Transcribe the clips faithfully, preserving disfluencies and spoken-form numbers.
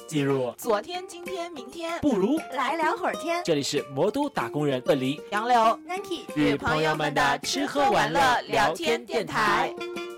记入昨天、今天、明天， 不如来聊会儿天。 这里是魔都打工人鳄梨、 杨柳、Nike 与朋友们的吃喝玩乐聊天电台。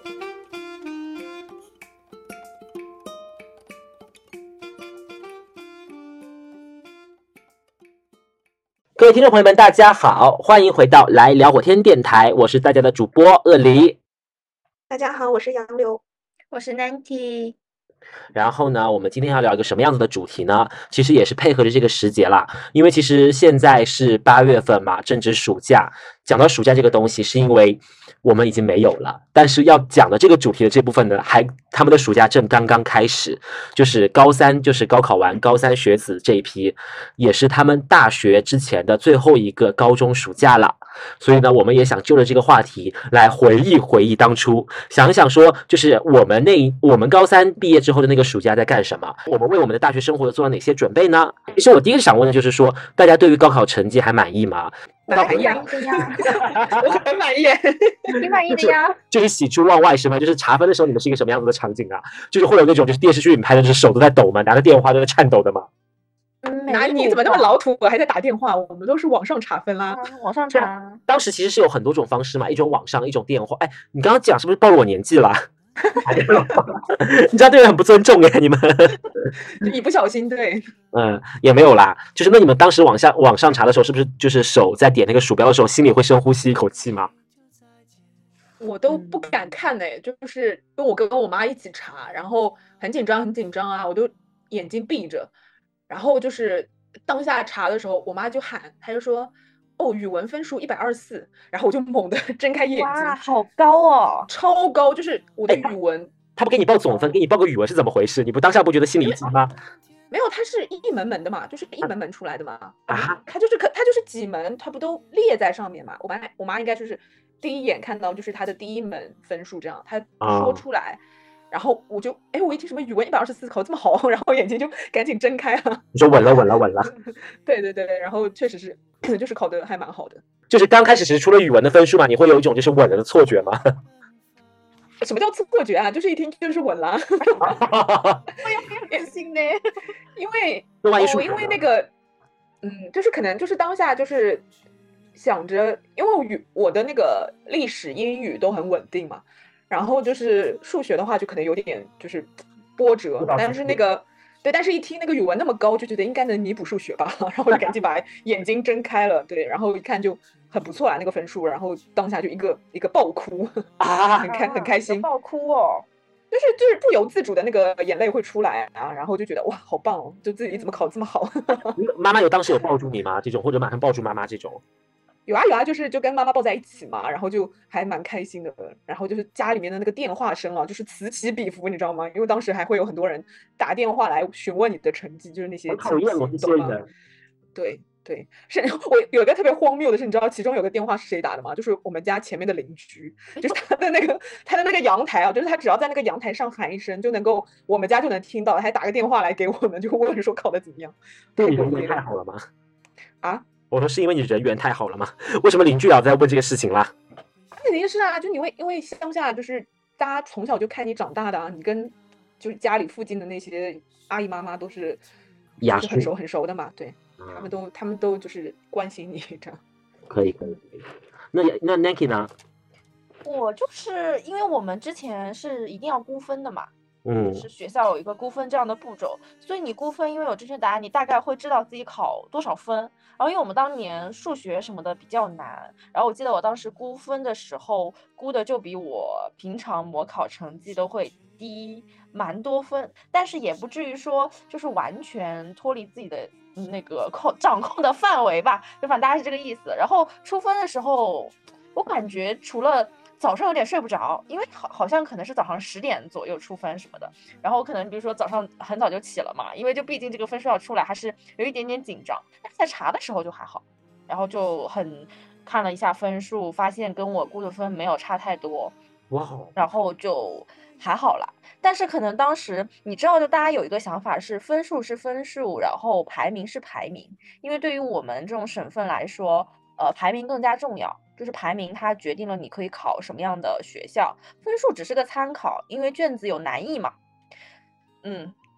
各位听众朋友们，大家好，欢迎回到来聊会天电台，我是大家的主播鳄梨。 大家好，我是杨柳， 我是 Nike。 然后呢，我们今天要聊一个什么样子的主题呢？其实也是配合着这个时节啦，因为其实现在是八月份嘛，正值暑假。讲到暑假这个东西，是因为我们已经没有了，但是要讲的这个主题的这部分呢，还他们的暑假正刚刚开始，就是高三，就是高考完高三学子这一批，也是他们大学之前的最后一个高中暑假了。所以呢，我们也想就着这个话题来回忆回忆当初，想一想说，就是我们那我们高三毕业之后的那个暑假在干什么？我们为我们的大学生活做了哪些准备呢？其实我第一个想问的就是说，大家对于高考成绩还满意吗？ 满意呀，我很满意， 挺满意的呀。 就是喜出望外是吗？就是查分的时候，你们是一个什么样子的场景啊？就是会有那种就是电视剧里面拍的，就是手都在抖嘛，拿着电话都在颤抖的吗？ 嗯，哪你怎么那么老土，还在打电话？我们都是网上查分啦， 嗯、网上查。 当时其实是有很多种方式嘛，一种网上，一种电话。哎，你刚刚讲是不是暴露我年纪了？你这样对人很不尊重哎，你们。 一不小心对。 嗯，也没有啦。就是那你们当时网上网上查的时候，是不是就是手在点那个鼠标的时候，心里会深呼吸一口气吗？ 我都不敢看哎、欸，就是因为我跟我妈一起查，然后很紧张很紧张啊，我都眼睛闭着。然后就是当下查的时候，我妈就喊，她就说：“哦，语文分数一百二十四。”然后我就猛地睁开眼睛， 哇，好高哦， 超高！就是我的语文， 他不给你报总分，给你报个语文是怎么回事？你不当下不觉得心里一惊吗？ 没有，它是一门门的嘛，就是一门门出来的嘛。 啊， 它就是可，它就是几门，它不都列在上面嘛？我妈，我妈应该就是第一眼看到就是她的第一门分数这样，她说出来。哦，然后我就，哎，我一听什么语文一百二十四考这么好，然后眼睛就赶紧睁开了。 你说稳了，稳了，稳了。 对对对，然后确实是，可能就是考得还蛮好的。 就是刚开始其实除了语文的分数嘛，你会有一种就是稳了的错觉吗？ 什么叫错觉啊？就是一听就是稳了。 我也没有自信呢， 因为哦， 因为那个，嗯，就是可能就是当下就是想着，因为语我的那个历史、英语都很稳定嘛。然后就是数学的话，就可能有点就是波折，但是那个对，但是一听那个语文那么高，就觉得应该能弥补数学吧，然后就赶紧把眼睛睁开了，对，然后一看就很不错啊那个分数，然后当下就一个一个爆哭啊，很开很开心， 爆哭哦， 就是就是不由自主的那个眼泪会出来啊，然后就觉得哇好棒哦，就自己怎么考这么好。 妈妈有当时有抱住你吗？这种或者马上抱住妈妈这种？ 有啊有啊，就是就跟妈妈抱在一起嘛，然后就还蛮开心的。然后就是家里面的那个电话声啊，就是此起彼伏，你知道吗？因为当时还会有很多人打电话来询问你的成绩，就是那些讨厌我这些人。 对对，是我有一个特别荒谬的是，你知道其中有个电话是谁打的吗？就是我们家前面的邻居，就是他的那个他的那个阳台啊，就是他只要在那个阳台上喊一声，就能够我们家就能听到，还打个电话来给我们，就问说考得怎么样。 对你人缘太好了吗？ 啊？ 我说是因为你人缘太好了吗？为什么邻居老在问这个事情啦？ 肯定是啊，就你会因为乡下就是大家从小就看你长大的啊，你跟就是家里附近的那些阿姨妈妈都是就是很熟很熟的嘛，对，他们都他们都就是关心你这样。 可以可以可以。那那 Nike 呢？ 我就是因为我们之前是一定要估分的嘛。 嗯， 是学校有一个估分这样的步骤，所以你估分，因为有正确答案，你大概会知道自己考多少分。然后因为我们当年数学什么的比较难，然后我记得我当时估分的时候，估的就比我平常模考成绩都会低蛮多分，但是也不至于说就是完全脱离自己的那个控掌控的范围吧，就反正大概是这个意思。然后出分的时候，我感觉除了早上有点睡不着，因为好好像可能是早上十点左右出分什么的，然后可能比如说早上很早就起了嘛，因为就毕竟这个分数要出来，还是有一点点紧张。但是在查的时候就还好，然后就很看了一下分数，发现跟我估的分没有差太多， 哇， 然后就还好啦。但是可能当时你知道，就大家有一个想法是分数是分数，然后排名是排名，因为对于我们这种省份来说，呃，排名更加重要。就是排名它决定了你可以考什么样的学校，分数只是个参考，因为卷子有难易嘛。嗯，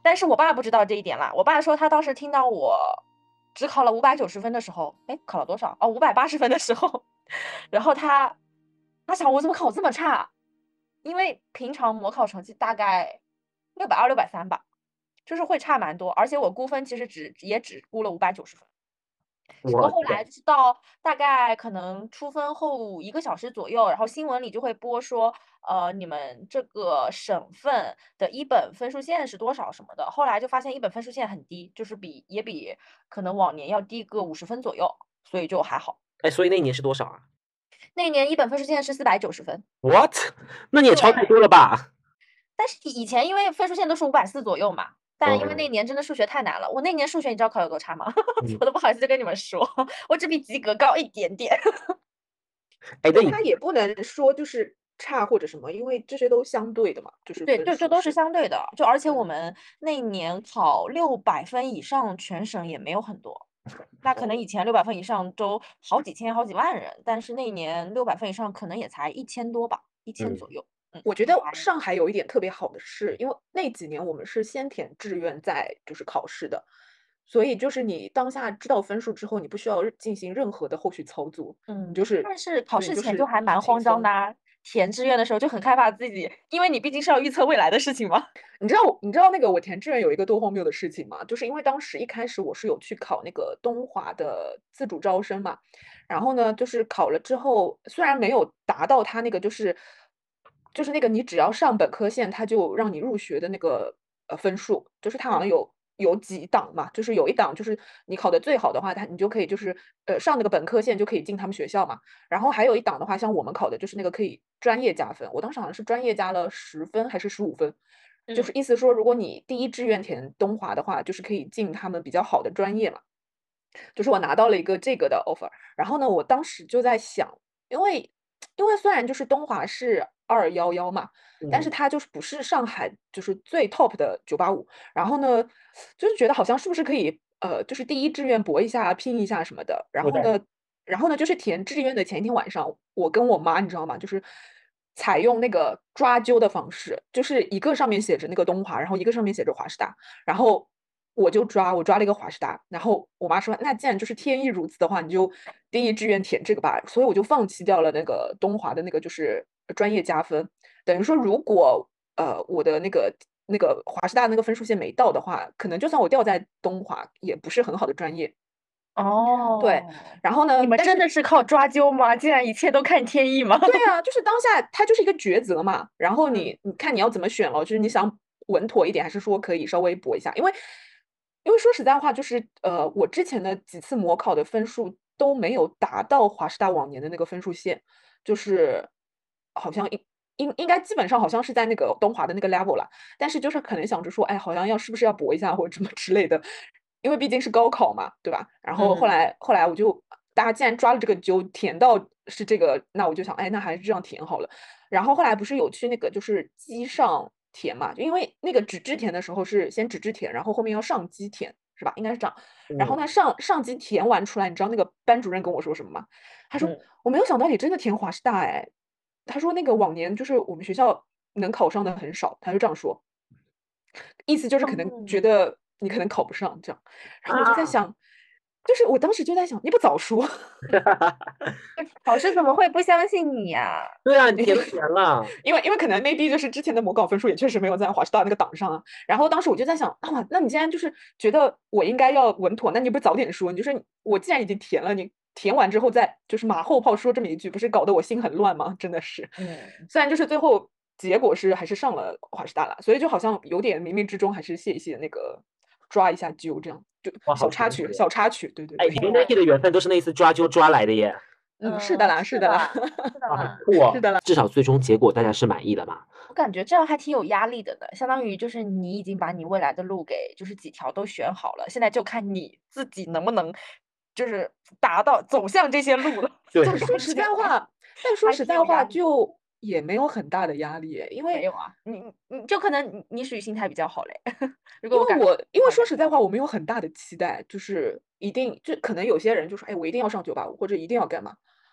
但是我爸不知道这一点啦。我爸说他当时听到我只考了五百九十分的时候，哎，考了多少？哦，五百八十分的时候，然后他他想我怎么考这么差？因为平常模考成绩大概六百二、六百三吧，就是会差蛮多。而且我估分其实只也只估了五百九十分。不过我后来就是到大概可能出分后一个小时左右，然后新闻里就会播说，呃，你们这个省份的一本分数线是多少什么的。后来就发现一本分数线很低，就是比也比可能往年要低个五十分左右，所以就还好。 哎，所以那一年是多少啊那一年一本分数线是四百九十分， ？What？那你也超太多了吧？ 但是以前因为分数线都是五百四左右嘛。但因为那嗯年真的数学太难了，我那年数学你知道考有多差吗？ 嗯我都不好意思跟你们说，我只比及格高一点点。 哎，那但你他也不能说就是差或者什么，因为这些都相对的嘛，就是对， 分数就就都是是。 相对的，就而且我嗯们那年考六百分以上，全省也没有很多。那可能以前六百分以上都好几千、好几万人，但是那一年六百分以上可能也才一千多吧，一千嗯左右。嗯， 我觉得还上海有一点特别好的是，因为那几年我们是先填志愿再就是考试的，所以就是你当下知道分数之后，你不需要进行任何的后续操作，你嗯， 就是但是考对，你就试前就还是很轻蛮慌张松。 的啊，填志愿的时候就很害怕自己，因为你毕竟是要预测未来的事情嘛。 你知道你知道那个我填志愿有一个多荒谬的事情吗？就是因为当时一开始我是有去考那个东华的自主招生嘛，然后呢，就是考了之后，虽然没有达到他那个就是就是那个你只要上本科线，他就让你入学的那个呃分数，就是他好像嗯有有几档嘛，就是有一档就是你考的最好的话，他你就可以就是呃上那个本科线就可以进他们学校嘛。然后还有一档的话，像我们考的就是那个可以专业加分，我当时好像是专业加了十分还是十五分。就嗯是意思说，如果你第一志愿填东华的话，就是可以进他们比较好的专业嘛。就是我拿到了一个这个的 offer，然后呢，我当时就在想，因为因为虽然就是东华是二幺幺嘛，但是嗯它就是不是上海就是最 top 的九八五，然后呢，就是觉得好像是不是可以呃，就是第一志愿搏一下、拼一下什么的，然后 ，OK， 呢，然后呢，就是填志愿的前一天晚上，我跟我妈你知道吗？就是采用那个抓阄的方式，就是一个上面写着那个东华，然后一个上面写着华师大，然后我就抓，我抓了一个华师大，然后我妈说，那既然就是天意如此的话，你就第一志愿填这个吧，所以我就放弃掉了那个东华的那个就是专业加分，等于说如果呃我的那个那个华师大那个分数线没到的话，可能就算我掉在东华，也不是很好的专业。对， 哦， 然后呢， 你们但是真的是靠抓阄吗？竟然一切都看天意吗？ 对啊，就是当下它就是一个抉择嘛，然后嗯你你看你要怎么选了，就是你想稳妥一点，还是说可以稍微搏一下？因为因为说实在话，就是呃，我之前的几次模考的分数都没有达到华师大往年的那个分数线，就是好像应应应该基本上好像是在那个东华的那个 level 了，但是就是可能想着说，哎，好像要是不是要搏一下或者什么之类的，因为毕竟是高考嘛，对吧？然后后嗯来后来我就大家既然抓了这个阄，填到是这个，那我就想，哎，那还是这样填好了。然后后来不是有去那个就是机上填嘛，就因为那个纸质填的时候是先纸质填，然后后面要上机填，是吧？应该是这样。然后嗯呢，上上机填完出来，你知道那个班主任跟我说什么吗？他说嗯， 我没有想到你真的填华师大哎。他说那个往年就是我们学校能考上的很少，他就这样说。意思就是可能觉哦得你可能考不上这样，然后我就在啊， 想，就是我当时就在想，你不早说， 老师怎么会不相信你呀？ 对啊，你填都填了， 因为因为可能 maybe 就是之前的模考分数也确实没有在华师大那个档上啊。然后当时我就在想啊，那你既然就是觉得我应该要稳妥，那你不早点说？你就是我既然已经填了，你填完之后再就是马后炮说这么一句，不是搞得我心很乱吗？真的是， 嗯， 虽然就是最后结果是还是上了华师大了，所以就好像有点冥冥之中还是谢一谢那个抓一下阄，这样就哇，好小插曲， 神奇哦！ 小插曲，对对哎， 对， 你跟 Nike 的缘分都是那一次抓阄抓来的耶， 嗯，是的嗯， 啦，是的啦， 是的，是的啊，很啦。 酷哦！ 是的啦。 至少最终结果大家是满意的嘛？ 我感觉这样还挺有压力的呢，相当于就是你已经把你未来的路给就是几条都选好了，现在就看你自己能不能就是达到走向这些路了。 对， 但说实在话，但说还实在话， 挺有压力。 就也没有很大的压力诶，因为没有啊，你你你就可能你你属于心态比较好嘞。如果因为我感我因为好感觉说实在话，我没有很大的期待，就是一定就可能有些人就说，哎，我一定要上九八五，或者一定要干嘛。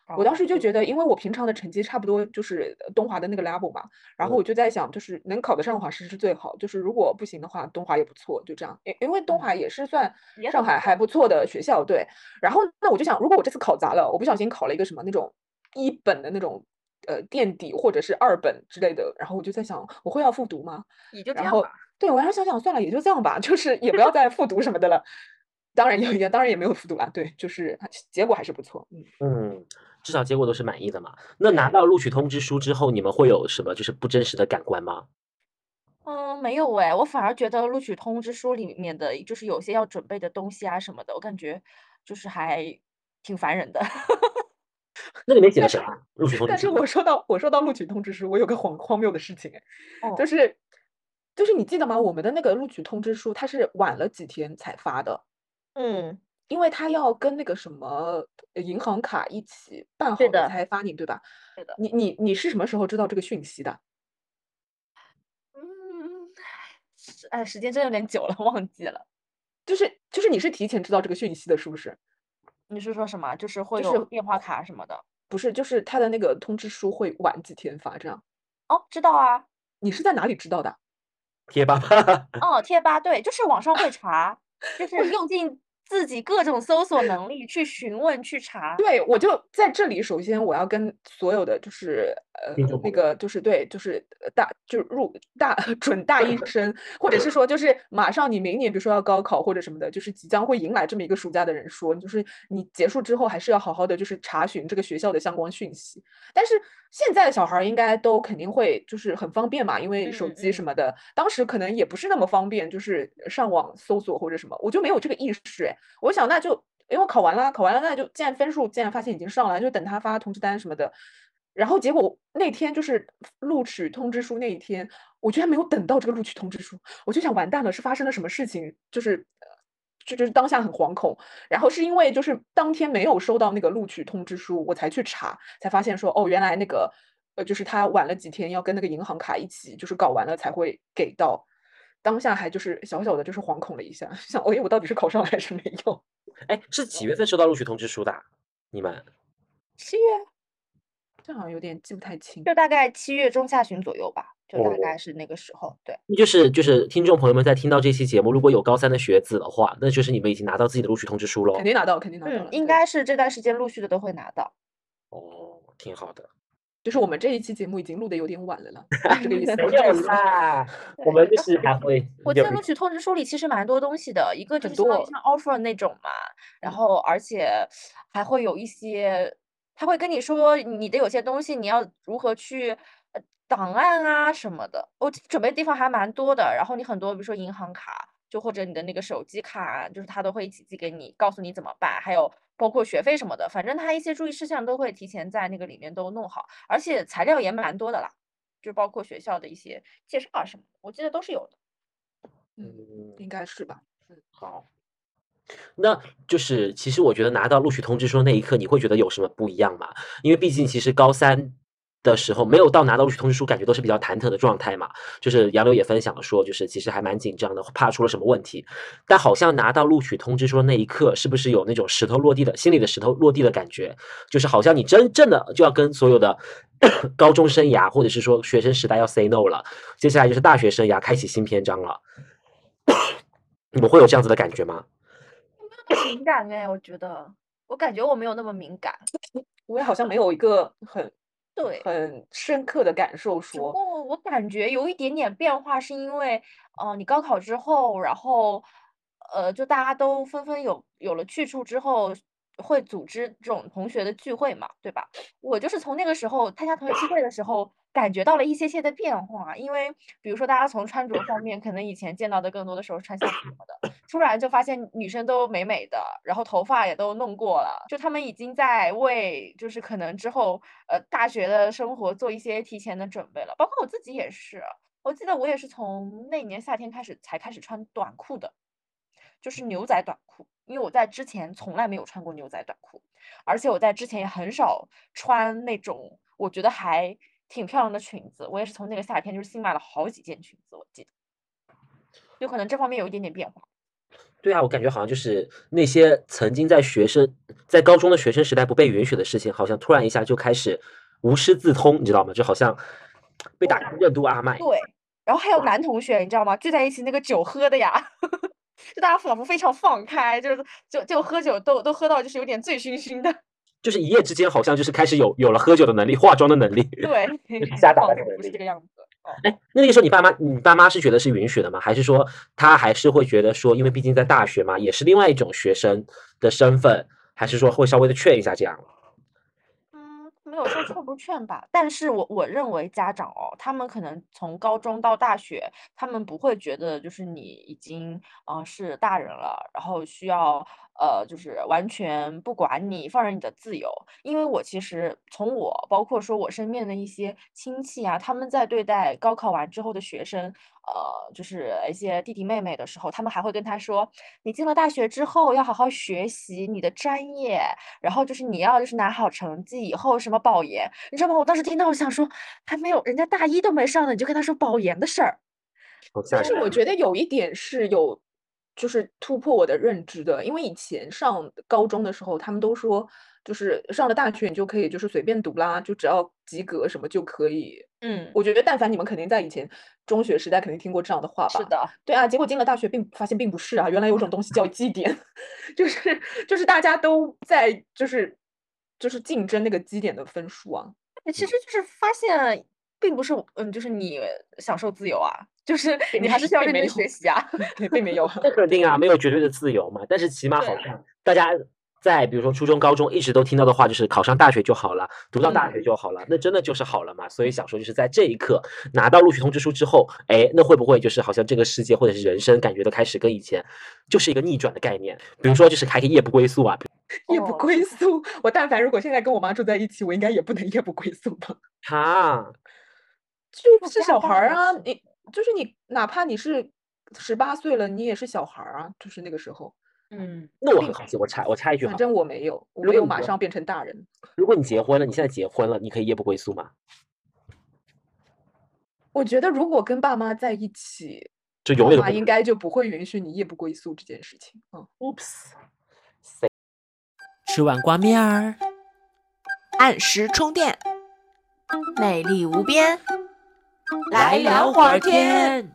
我当时就哦， 觉得，因为我平常的成绩差不多就是东华的那个 level 嘛，然后嗯我就在想，就是能考得上华师是最好，就是如果不行的话，东华也不错，就这样。因因为东嗯， 华也是算也上海还很不错。 不错的学校，对。然后那我就想，如果我这次考砸了，我不小心考了一个什么那种一本的那种呃垫底或者是二本之类的，然后我就在想，我会要复读吗？ 也就这然后样吧。 对我当时想想算了，也就这样吧，就是也不要再复读什么的了。当然也也当然也没有复读啦，对，就是结果还是不错，嗯。 嗯，至少结果都是满意的嘛。那拿对。 到录取通知书之后，你们会有什么就是不真实的感官吗？ 嗯，没有哎，我反而觉得录取通知书里面的就是有些要准备的东西啊什么的，我感觉就是还挺烦人的。 那里面写了但是什么？录取通知但是书？ 我收到我收到录取通知书，我有个荒荒谬的事情哎，就哦， 是就是你记得吗？我们的那个录取通知书，它是晚了几天才发的， 嗯， 因为它要跟那个什么呃银行卡一起办好了对的， 才发你，对吧？ 对的。 你你你是什么时候知道这个讯息的？ 嗯，是哎，时间真有点久了，忘记了。 就是就是你是提前知道这个讯息的，是不是？ 你是说什么？就是会就是有电话卡什么的？ 不是就是他的那个通知书会晚几天发这样？ 哦，知道啊。 你是在哪里知道的？ 贴吧？ 哦，贴吧，对，就是网上会查，就是用尽自己各种搜索能力去询问、去查。 对，我就在这里，首先我要跟所有的就是呃那听众朋友， 个就是对，就是呃大就入大准大一生，或者是说就是马上你明年比如说要高考或者什么的，就是即将会迎来这么一个暑假的人说，就是你结束之后还是要好好的就是查询这个学校的相关讯息。但是现在的小孩儿应该都肯定会就是很方便嘛，因为手嗯嗯， 机什么的，当时可能也不是那么方便，就是上网搜索或者什么，我就没有这个意识哎。我想那就因为我考完了，考完了那就既然分数既然发现已经上了，就等他发通知单什么的。然后结果那天就是录取通知书那一天，我居然没有等到这个录取通知书，我就想完蛋了，是发生了什么事情？就是呃就就是当下很惶恐。然后是因为就是当天没有收到那个录取通知书，我才去查，才发现说哦，原来那个呃就是他晚了几天要跟那个银行卡一起就是搞完了才会给到。当下还就是小小的就是惶恐了一下，想哎，我到底是考上了还是没有？ 哎，是几月份收到录取通知书的啊你们？ 七月这好像有点记不太清。 就大概七月中下旬左右吧，就大哦， 概是那个时候，对。 那就是就是听众朋友们在听到这期节目，如果有高三的学子的话，那就是你们已经拿到自己的录取通知书喽。 肯定拿到，肯定拿到嗯， 了，对。 应该是这段时间陆续的都会拿到。 哦，挺好的。 就是我们这一期节目已经录的有点晚了啦，是这个意思吗？ 没有啦，我们对，然后就是还会有我记得录取通知书里其实蛮多东西的，一个就是相当于很多， 像 offer 那种嘛，然嗯， 后而且还会有一些，他会跟你说你的有些东西你要如何去呃档案啊什么的，我准备的地方还蛮多的。然后你很多比如说银行卡，就或者你的那个手机卡，就是他都会一起寄给你，告诉你怎么办，还有包括学费什么的，反正他一些注意事项都会提前在那个里面都弄好，而且材料也蛮多的啦。就包括学校的一些介绍啊什么的，我记得都是有的。 嗯， 嗯， 应该是吧。嗯。 好。那就是其实我觉得拿到录取通知书那一刻，你会觉得有什么不一样吗？因为毕竟其实高三的时候没有到拿到录取通知书，感觉都是比较忐忑的状态嘛。就是杨柳也分享了说，就是其实还蛮紧张的，怕出了什么问题。但好像拿到录取通知书的那一刻，是不是有那种石头落地的心里的石头落地的感觉？就是好像你真正的就要跟所有的高中生涯或者是说学生时代要 say no 了，接下来就是大学生涯开启新篇章了。你们会有这样子的感觉吗？ 那么敏感哎，我觉得，我感觉我没有那么敏感。 我也好像没有一个很对， 很深刻的感受只不说， 过我感觉有一点点变化，是因为，呃，你高考之后，然后，呃，就大家都纷纷有有了去处之后，会组织这种同学的聚会嘛，对吧？我就是从那个时候参加同学聚会的时候，感觉到了一些些的变化。因为比如说大家从穿着方面，可能以前见到的更多的时候穿校服什么的，突然就发现女生都美美的，然后头发也都弄过了，就她们已经在为就是可能之后呃大学的生活做一些提前的准备了。包括我自己也是，我记得我也是从那年夏天开始才开始穿短裤的，就是牛仔短裤，因为我在之前从来没有穿过牛仔短裤，而且我在之前也很少穿那种我觉得还挺漂亮的裙子，我也是从那个夏天就是新买了好几件裙子，我记得，有可能这方面有一点点变化。 对啊，我感觉好像就是那些曾经在学生在高中的学生时代不被允许的事情，好像突然一下就开始无师自通，你知道吗？就好像被打开任督二脉。 对，然后还有男同学，你知道吗？聚在一起那个酒喝的呀，就大家仿佛非常放开，就是就就喝酒都都喝到就是有点醉醺醺的。 就是一夜之间，好像就是开始有有了喝酒的能力、化妆的能力， 对， 就是瞎打仿扮的能力佛不是这。个样子。哦， 哎，那个时候你爸妈，你爸妈是觉得是允许的吗？还是说他还是会觉得说，因为毕竟在大学嘛，也是另外一种学生的身份，还是说会稍微的劝一下这样？ 嗯，没有说劝不劝吧，但是我我认为家长哦，他们可能从高中到大学，他们不会觉得就是你已经呃是大人了，然后需要呃就是完全不管你，放任你的自由。因为我其实从我包括说我身边的一些亲戚啊，他们在对待高考完之后的学生，呃，就是一些弟弟妹妹的时候，他们还会跟他说，你进了大学之后要好好学习你的专业，然后就是你要就是拿好成绩，以后什么保研，你知道吗？我当时听到我想说，还没有人家大一都没上呢，你就跟他说保研的事儿。 好吓人！ 但是我觉得有一点是有，就是突破我的认知的，因为以前上高中的时候，他们都说，就是上了大学你就可以就是随便读啦，就只要及格什么就可以。 嗯， 我觉得但凡你们肯定在以前中学时代肯定听过这样的话吧？ 是的， 对啊，结果进了大学并发现并不是啊，原来有种东西叫绩点，就是就是大家都在就是就是竞争那个绩点的分数啊。 其实就是发现，并不是嗯，就是你享受自由啊，就是并你还是需要认真并没有学习啊。 对，并没有。 这肯定啊，没有绝对的自由嘛，但是起码好对像大家在比如说初中、高中一直都听到的话就是考上大学就好了，读到大学就好了，那真的就是好了嘛？所以想说就是在这一刻拿到录取通知书之后，哎，那会不会就是好像这个世界或者是人生感觉都开始跟以前就是一个逆转的概念？比如说就是还可以夜不归宿啊， 夜不哦归宿，我但凡如果现在跟我妈住在一起，我应该也不能夜不归宿吧？ 哈， 就是小孩儿啊，你就是你，哪怕你是十八岁了，你也是小孩儿啊，就是那个时候。 嗯， 那我很好奇，我插我插一句哈， 反正我没有，我没如果你结有马上变成大人。 如果你结婚了，你现在结婚了，你可以夜不归宿吗？ 我觉得如果跟爸妈在一起，爸就永远都不妈应该就不会允许你夜不归宿这件事情。嗯， ，oops。 吃碗挂面儿， 按时充电，魅力无边， 来聊会儿天。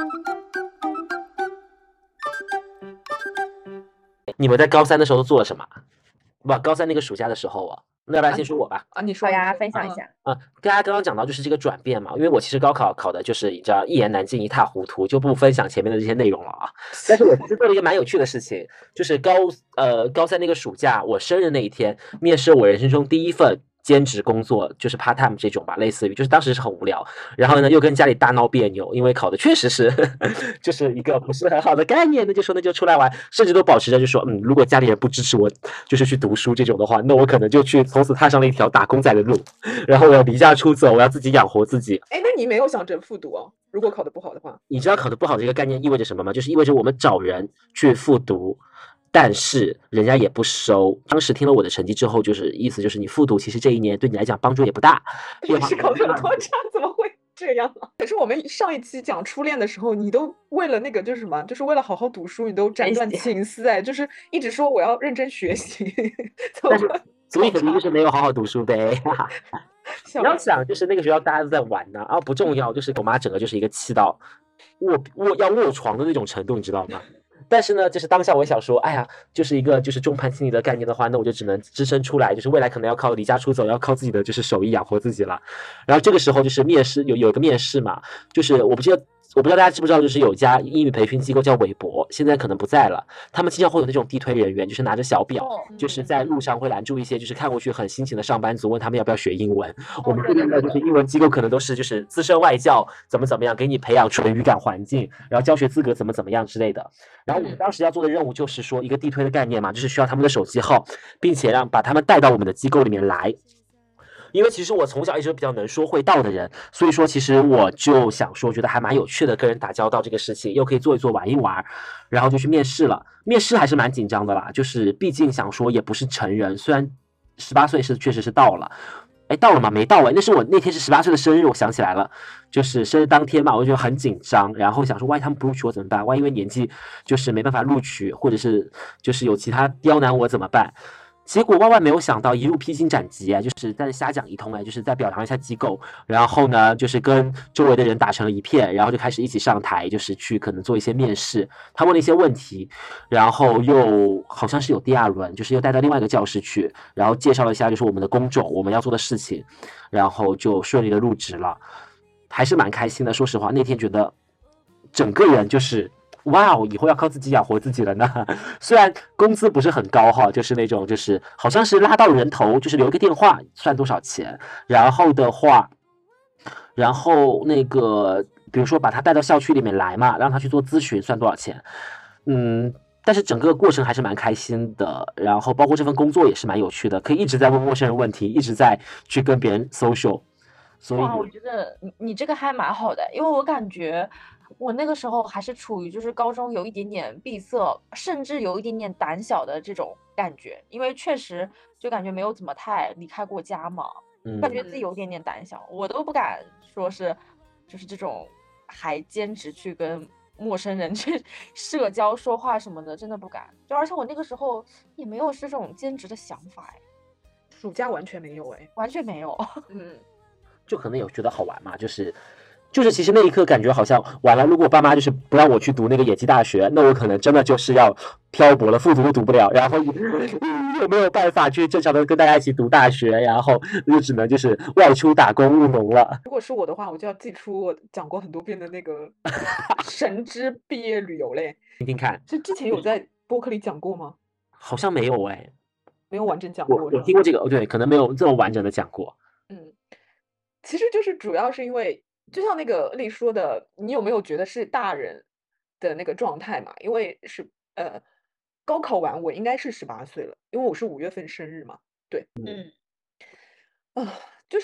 你们在高三的时候都做了什么？不，高三那个暑假的时候啊，那要不然先说我吧。 啊，你说好呀， 你说嗯分享一下。 啊、大家刚刚讲到就是这个转变嘛，因为我其实高考考的就是你知道一言难尽一塌糊涂，就不分享前面的这些内容了啊。但是我其实做了一个蛮有趣的事情，就是高呃高三那个暑假，我生日那一天面试我人生中第一份兼职工作，就是 part time 这种吧，类似于就是当时是很无聊，然后呢又跟家里大闹别扭，因为考的确实是就是一个不是很好的概念，那就说那就出来玩，甚至都保持着就说嗯，如果家里人不支持我就是去读书这种的话，那我可能就去从此踏上了一条打工仔的路，然后我要离家出走，我要自己养活自己。 哎，那你没有想着复读哦？如果考得不好的话， 你知道考得不好这个概念意味着什么吗？就是意味着我们找人去复读，但是人家也不收。当时听了我的成绩之后，就是意思就是你复读，其实这一年对你来讲帮助也不大。 也是考得有多差，怎么会这样啊？可是我们上一期讲初恋的时候，你都为了那个就是什么，就是为了好好读书，你都斩断情丝哎，就是一直说我要认真学习，怎么但是会所以肯定就是没有好好读书呗。 笑你要想，就是那个学校大家都在玩呢，啊不重要，就是我妈整个就是一个气到卧卧要卧床的那种程度，你知道吗？但是呢，就是当下我想说，哎呀，就是一个就是众叛亲离的概念的话，那我就只能只身出来，就是未来可能要靠离家出走，要靠自己的就是手艺养活自己了。然后这个时候就是面试有有一个面试嘛，就是我不记得。我不知道大家知不知道，就是有家英语培训机构叫韦博，现在可能不在了。他们经常会有那种地推人员，就是拿着小表， 哦就是在路上会拦住一些就是看过去很辛勤的上班族，问他们要不要学英文。我们对对对这边的就是英文机构可能都是就是资深外教怎么怎么样，给你培养纯语感环境，然后教学资格怎么怎么样之类的。然后我们当时要做的任务就是说一个地推的概念嘛，就是需要他们的手机号，并且让把他们带到我们的机构里面来。因为其实我从小一直比较能说会道的人，所以说其实我就想说，觉得还蛮有趣的，跟人打交道这个事情，又可以做一做玩一玩，然后就去面试了。面试还是蛮紧张的啦，就是毕竟想说也不是成人，虽然十八岁是确实是到了。 哎，到了吗？没到哎，那是我那天是十八岁的生日，我想起来了，就是生日当天嘛，我就觉得很紧张，然后想说，万一他们不录取我怎么办？万一因为年纪就是没办法录取，或者是就是有其他刁难我怎么办？结果万万没有想到，一路披荆斩棘啊，就是在瞎讲一通哎，就是在表扬一下机构，然后呢，就是跟周围的人打成了一片，然后就开始一起上台，就是去可能做一些面试。他问了一些问题，然后又好像是有第二轮，就是又带到另外一个教室去，然后介绍了一下就是我们的工种，我们要做的事情，然后就顺利的入职了，还是蛮开心的。说实话，那天觉得整个人就是。哇哦，以后要靠自己养活自己了呢。虽然工资不是很高哈，就是那种就是好像是拉到人头，就是留一个电话算多少钱。然后的话，然后那个比如说把他带到校区里面来嘛，让他去做咨询算多少钱。嗯，但是整个过程还是蛮开心的。然后包括这份工作也是蛮有趣的，可以一直在问陌生人问题，一直在去跟别人 social。所以哇，我觉得你你这个还蛮好的，因为我感觉我那个时候还是处于就是高中有一点点闭塞，甚至有一点点胆小的这种感觉，因为确实就感觉没有怎么太离开过家嘛，感觉自己有一点点胆小，我都不敢说是就是这种还兼职去跟陌生人去社交说话什么的，真的不敢。就而且我那个时候也没有是这种兼职的想法，哎， 暑假完全没有哎， 完全没有。 嗯。 就可能有觉得好玩嘛，就是就是其实那一刻感觉好像完了，如果我爸妈就是不让我去读那个野鸡大学，那我可能真的就是要漂泊了，复读都读不了，然后有没有办法去正常的跟大家一起读大学，然后就只能就是外出打工务农了。 如果是我的话，我就要寄出我讲过很多遍的那个神之毕业旅游嘞。 听听看， 是之前有在播客里讲过吗？ 好像没有哎， 没有完整讲过。 我我听过这个，对，可能没有这么完整的讲过。 嗯，其实就是主要是因为，就像那个丽说的，你有没有觉得是大人的那个状态嘛？因为是呃，高考完我应该是十八岁了，因为我是五月份生日嘛。对， 嗯啊，就是，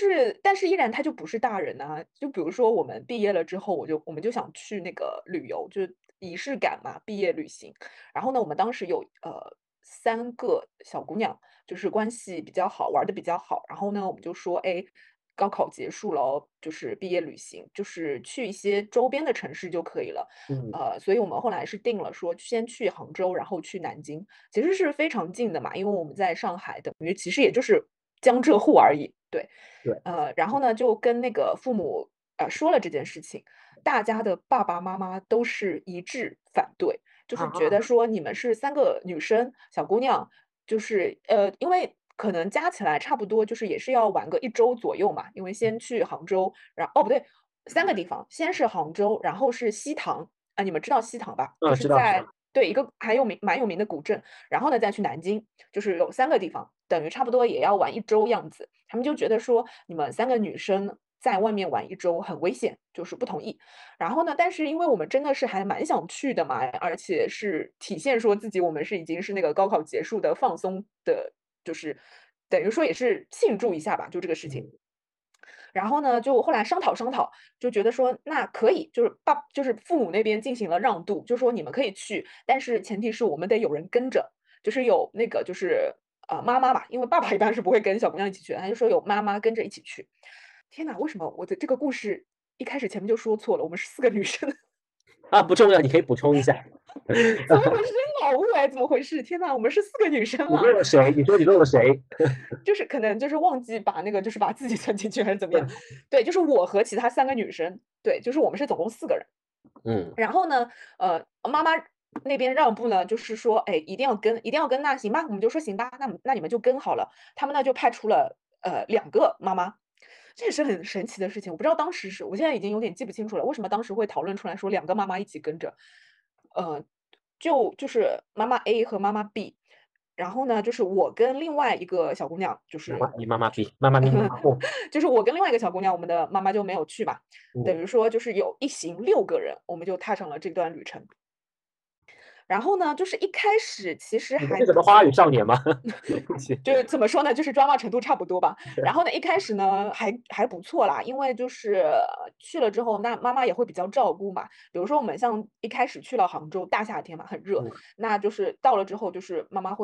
但是依然他就不是大人啊。就比如说我们毕业了之后，我就我们就想去那个旅游，就是仪式感嘛，毕业旅行。然后呢，我们当时有呃三个小姑娘，就是关系比较好，玩的比较好。然后呢，我们就说，哎，高考结束了哦，就是毕业旅行，就是去一些周边的城市就可以了。 嗯， 呃，所以我们后来是定了说，先去杭州，然后去南京，其实是非常近的嘛，因为我们在上海，等于其实也就是江浙沪而已。对， 对， 呃，然后呢，就跟那个父母呃说了这件事情，大家的爸爸妈妈都是一致反对，就是觉得说你们是三个女生小姑娘，就是呃，因为可能加起来差不多，就是也是要玩个一周左右嘛，因为先去杭州，然哦不对，三个地方，先是杭州，然后是西塘啊，你们知道西塘吧？就嗯，知道知是在道。 对一个还有名蛮有名的古镇，然后呢再去南京，就是有三个地方，等于差不多也要玩一周样子。他们就觉得说你们三个女生在外面玩一周很危险，就是不同意。然后呢，但是因为我们真的是还蛮想去的嘛，而且是体现说自己我们是已经是那个高考结束的放松的，就是等于说也是庆祝一下吧，就这个事情。然后呢，就后来商讨商讨，就觉得说那可以，就是爸就是父母那边进行了让渡，就说你们可以去，但是前提是我们得有人跟着，就是有那个就是呃妈妈吧，因为爸爸一般是不会跟小姑娘一起去的，他就说有妈妈跟着一起去。天呐，为什么我的这个故事一开始前面就说错了？我们是四个女生。 啊，不重要，你可以补充一下。 怎么回事？脑雾哎，怎么回事？天呐，我们是四个女生你啊！ 漏了谁？你说你漏了谁？ 就是可能就是忘记把那个就是把自己算进去还是怎么样？对，就是我和其他三个女生，对，就是我们是总共四个人。 嗯， 然后呢，呃，妈妈那边让步呢，就是说，哎，一定要跟，一定要跟，那行吧，我们就说行吧，那那你们就跟好了。他们呢就派出了呃两个妈妈，这也是很神奇的事情。我不知道当时是，我现在已经有点记不清楚了，为什么当时会讨论出来说两个妈妈一起跟着？呃，就就是妈妈 A 和妈妈 B。然后呢，就是我跟另外一个小姑娘，就是妈妈 A 妈妈 B 妈妈咪妈妈后， 就是我跟另外一个小姑娘，我们的妈妈就没有去嘛，等嗯， 于说就是有一行六个人，我们就踏上了这段旅程。然后呢，就是一开始其实你们还是什么花儿与少年吗？对不起， 就是怎么说呢，就是抓马程度差不多吧。然后呢，一开始呢还还不错啦，因为就是呃去了之后，那妈妈也会比较照顾嘛。比如说我们像一开始去了杭州，大夏天嘛，很热， 嗯那就是到了之后，就是妈妈会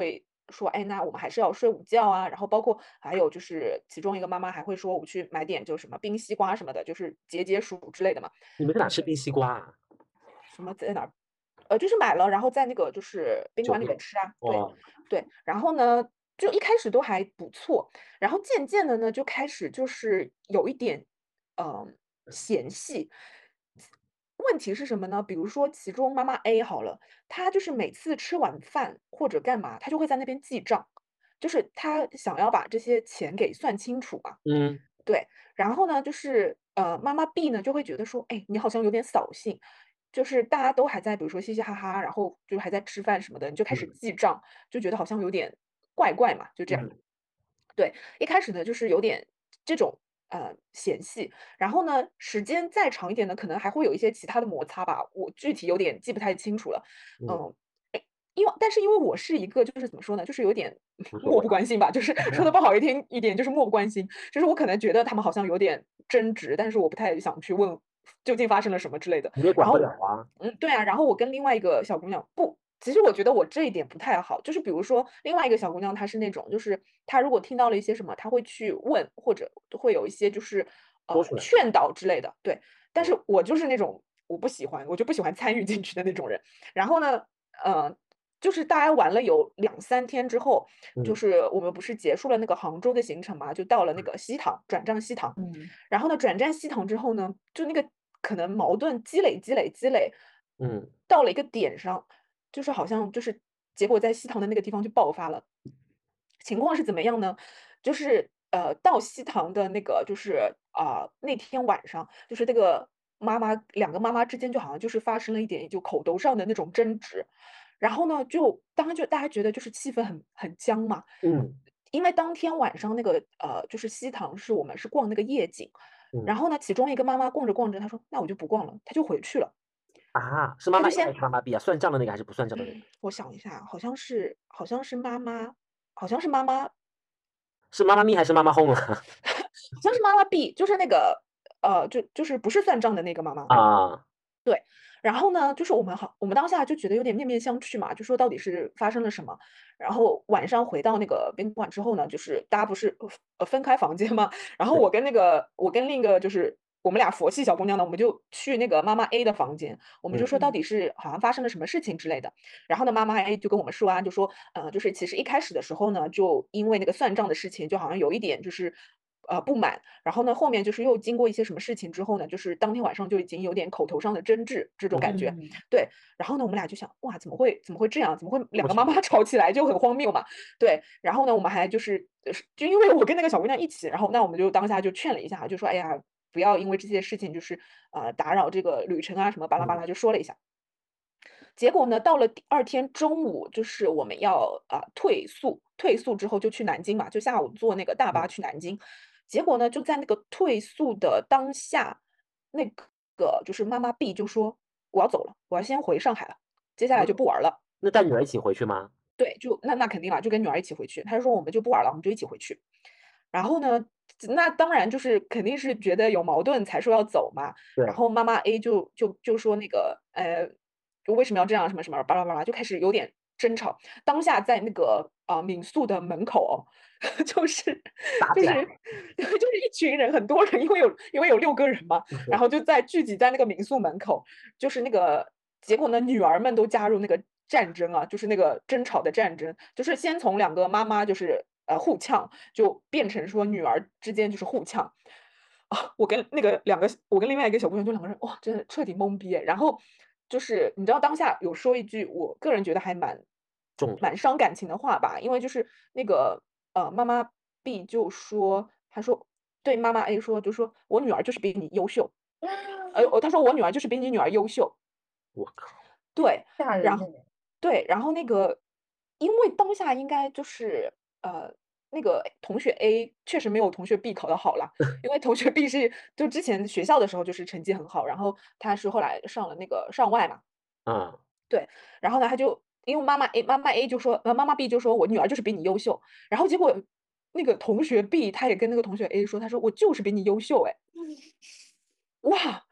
说，哎，那我们还是要睡午觉啊。然后包括还有就是其中一个妈妈还会说，我去买点就什么冰西瓜什么的，就是解解暑之类的嘛。 你们在哪吃冰西瓜啊？ 什么在哪儿？呃，就是买了，然后在那个就是宾酒店馆里面吃啊。对哦， 对，然后呢，就一开始都还不错，然后渐渐的呢，就开始就是有一点，嗯、嫌隙。问题是什么呢？比如说，其中妈妈 A 好了，她就是每次吃晚饭或者干嘛，她就会在那边记账，就是她想要把这些钱给算清楚嘛。 嗯对，然后呢，就是呃，妈妈 B 呢就会觉得说，哎，你好像有点扫兴，就是大家都还在，比如说嘻嘻哈哈，然后就还在吃饭什么的，你就开始嗯记账，就觉得好像有点怪怪嘛，就这样。 嗯对，一开始呢就是有点这种呃嫌隙，然后呢时间再长一点呢，可能还会有一些其他的摩擦吧，我具体有点记不太清楚了。 嗯， 嗯，诶因为但是因为我是一个就是怎么说呢，就是有点漠无所谓。 不关心吧，就是说的不好一点一点，就是漠不关心，就是我可能觉得他们好像有点争执，但是我不太想去问究竟发生了什么之类的。 你也管不然后了啊。 嗯，对啊，然后我跟另外一个小姑娘不，其实我觉得我这一点不太好，就是比如说另外一个小姑娘，她是那种，就是她如果听到了一些什么，她会去问，或者会有一些就是呃说出来。 劝导之类的，对。但嗯是我就是那种我不喜欢，我就不喜欢参与进去的那种人。然后呢，呃，就是大家玩了有两三天之后，就嗯是我们不是结束了那个杭州的行程嘛，就到了那个西塘，转战西塘。 嗯， 然后呢，转战西塘之后呢，就那个可能矛盾积累积累积累， 嗯到了一个点上，就是好像就是结果在西塘的那个地方就爆发了。情况是怎么样呢？就是呃，到西塘的那个就是啊、那天晚上，就是那个妈妈两个妈妈之间就好像就是发生了一点就口头上的那种争执，然后呢，就当时就大家觉得就是气氛很很僵嘛。 嗯因为当天晚上那个呃，就是西塘是我们是逛那个夜景，然嗯后呢，其中一个妈妈逛着逛着，她说：“那我就不逛了。”她就回去了。 啊，是妈妈她就 A 还先是妈妈 B 啊？算账的那个还是不算账的那个？ 我想一下，好像是好像是妈妈好像是妈妈是妈妈咪还是妈妈轰啊？ 好像是妈妈 B，就是那个呃，就就是不是算账的那个妈妈。 啊， 对，然后呢，就是我们好我们当下就觉得有点面面相觑嘛，就说到底是发生了什么。然后晚上回到那个宾馆之后呢，就是大家不是呃分开房间嘛，然后对我跟那个我跟另一个就是我们俩佛系小姑娘呢，我们就去那个妈妈 A 的房间，我们就嗯说到底是好像发生了什么事情之类的。然后呢，妈妈 A 就跟我们说啊，就说呃，就是其实一开始的时候呢，就因为那个算账的事情，就好像有一点就是呃不满，然后呢，后面就是又经过一些什么事情之后呢，就是当天晚上就已经有点口头上的争执这种感觉。 嗯对，然后呢，我们俩就想，哇，怎么会怎么会这样？怎么会两个妈妈这么巧吵起来就很荒谬嘛？对，然后呢，我们还就是呃是就因为我跟那个小姑娘一起，然后那我们就当下就劝了一下，就说，哎呀，不要因为这些事情就是呃打扰这个旅程啊什么巴拉巴嗯拉就说了一下。结果呢，到了第二天中午，就是我们要啊、退宿，退宿之后就去南京嘛，就下午坐那个大巴嗯去南京。结果呢，就在那个退宿的当下，那个就是妈妈 B 就说我要走了，我要先回上海了，接下来就不玩了。 那带女儿一起回去吗？ 对，就那那肯定啦，就跟女儿一起回去。他就说我们就不玩了，我们就一起回去。然后呢，那当然就是肯定是觉得有矛盾才说要走嘛。然对， 后妈妈 A 就就就说那个呃，就为什么要这样什么什么巴拉巴拉，就开始有点争吵。当下在那个呃民宿的门口哦，就是就是打起来。 就是一群人，很多人，因为有因为有六个人嘛，然后就在聚集在那个民宿门口，就是那个结果呢，女儿们都加入那个战争啊，就是那个争吵的战争，就是先从两个妈妈就是呃互呛，就变成说女儿之间就是互呛。啊，我跟那个两个，我跟另外一个小姑娘就两个人，哇，真的彻底懵逼哎。然后就是你知道当下有说一句，我个人觉得还蛮重头。 蛮伤感情的话吧，因为就是那个呃妈妈 B 就说，她说对妈妈 A 说，就说我女儿就是比你优秀，呃，哦她说我女儿就是比你女儿优秀。 我靠。 对，然后吓人呢。 对，然后那个，因为当下应该就是呃，那个同学 A 确实没有同学 B 考得好啦，因为同学 B 是就之前学校的时候就是成绩很好，然后他是后来上了那个上外嘛。 嗯对，然后呢，他就因为妈妈 A 妈妈 A 就说，呃，妈妈 B 就说我女儿就是比你优秀，然后结果那个同学 B 他也跟那个同学 A 说，他说我就是比你优秀，哎，哇，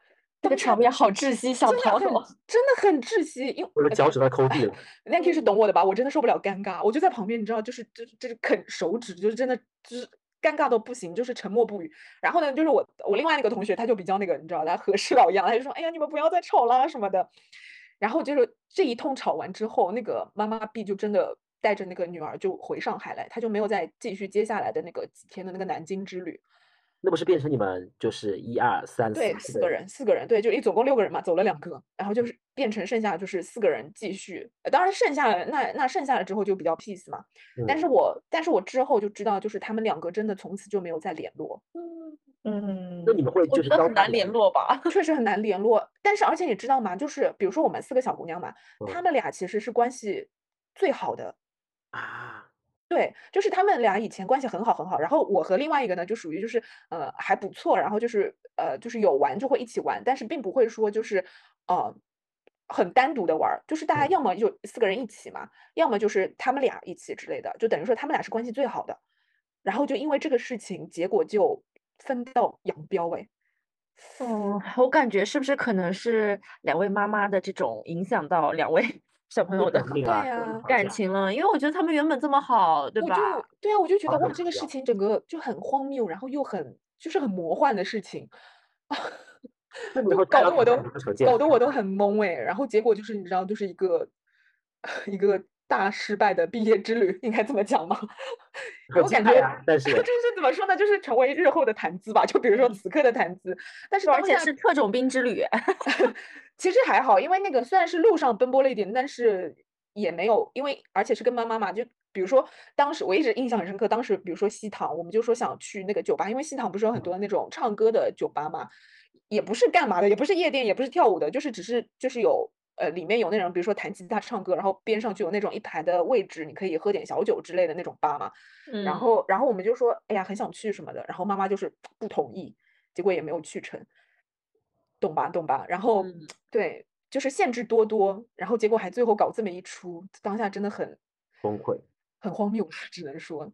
这个场面好窒息，想真的很逃走。 真的很窒息，因为我的脚趾都要抠地了。 Nancy 是懂我的吧？我真的受不了尴尬，我就在旁边，你知道，就是就是就是啃手指，就是真的就是尴尬到不行，就是沉默不语。然后呢，就是我我另外那个同学，他就比较那个，你知道，他和事佬一样，他就说：“哎呀，你们不要再吵啦什么的。”然后就是这一通吵完之后，那个妈妈 B 就真的带着那个女儿就回上海来，她就没有再继续接下来的那个几天的那个南京之旅。 那不是变成你们就是一二三四对，四个人，四个人，对，就一总共六个人嘛，走了两个，然后就是变成剩下就是四个人继续。呃当然剩下的那那剩下了之后就比较 peace 嘛。但是嗯， 我但是我之后就知道，就是他们两个真的从此就没有再联络， 嗯， 那你们会我就是高三觉得很难联络吧。 确实很难联络。但是而且你知道吗？就是比如说我们四个小姑娘嘛，她嗯们俩其实是关系最好的。 啊， 对，就是他们俩以前关系很好很好，然后我和另外一个呢，就属于就是呃还不错，然后就是呃就是有玩就会一起玩，但是并不会说就是呃很单独的玩儿，就是大家嗯要么就四个人一起嘛，要么就是他们俩一起之类的，就等于说他们俩是关系最好的，然后就因为这个事情，结果就分道扬镳哎。 嗯，我感觉是不是可能是两位妈妈的这种影响到两位小朋友的对啊， 对呀， 感情了？因为我觉得他们原本这么好，对我吧？ 就对啊，我就觉得哇， 好像这个事情整个就很荒谬，然后又很就是很魔幻的事情，就那你以后搞得我都不常见搞得我都很懵哎。然后结果就是你知道，就是一个一个大失败的毕业之旅，应该这么讲吗？因为很我感觉精彩啊，但是就是怎么说呢，就是成为日后的谈资吧。就比如说此刻的谈资，但是而且当下是特种兵之旅。 其实还好，因为那个虽然是路上奔波了一点，但是也没有，因为而且是跟妈妈嘛，就比如说当时我一直印象很深刻，当时比如说西塘，我们就说想去那个酒吧，因为西塘不是有很多那种唱歌的酒吧嘛，也不是干嘛的，也不是夜店，也不是跳舞的，就是只是就是有呃里面有那种比如说弹吉他唱歌，然后边上就有那种一排的位置，你可以喝点小酒之类的那种吧嘛。然嗯， 后然后我们就说，哎呀，很想去什么的，然后妈妈就是不同意，结果也没有去成。懂吧懂吧？然后嗯对，就是限制多多，然后结果还最后搞这么一出，当下真的很崩溃。 很荒谬，只能说，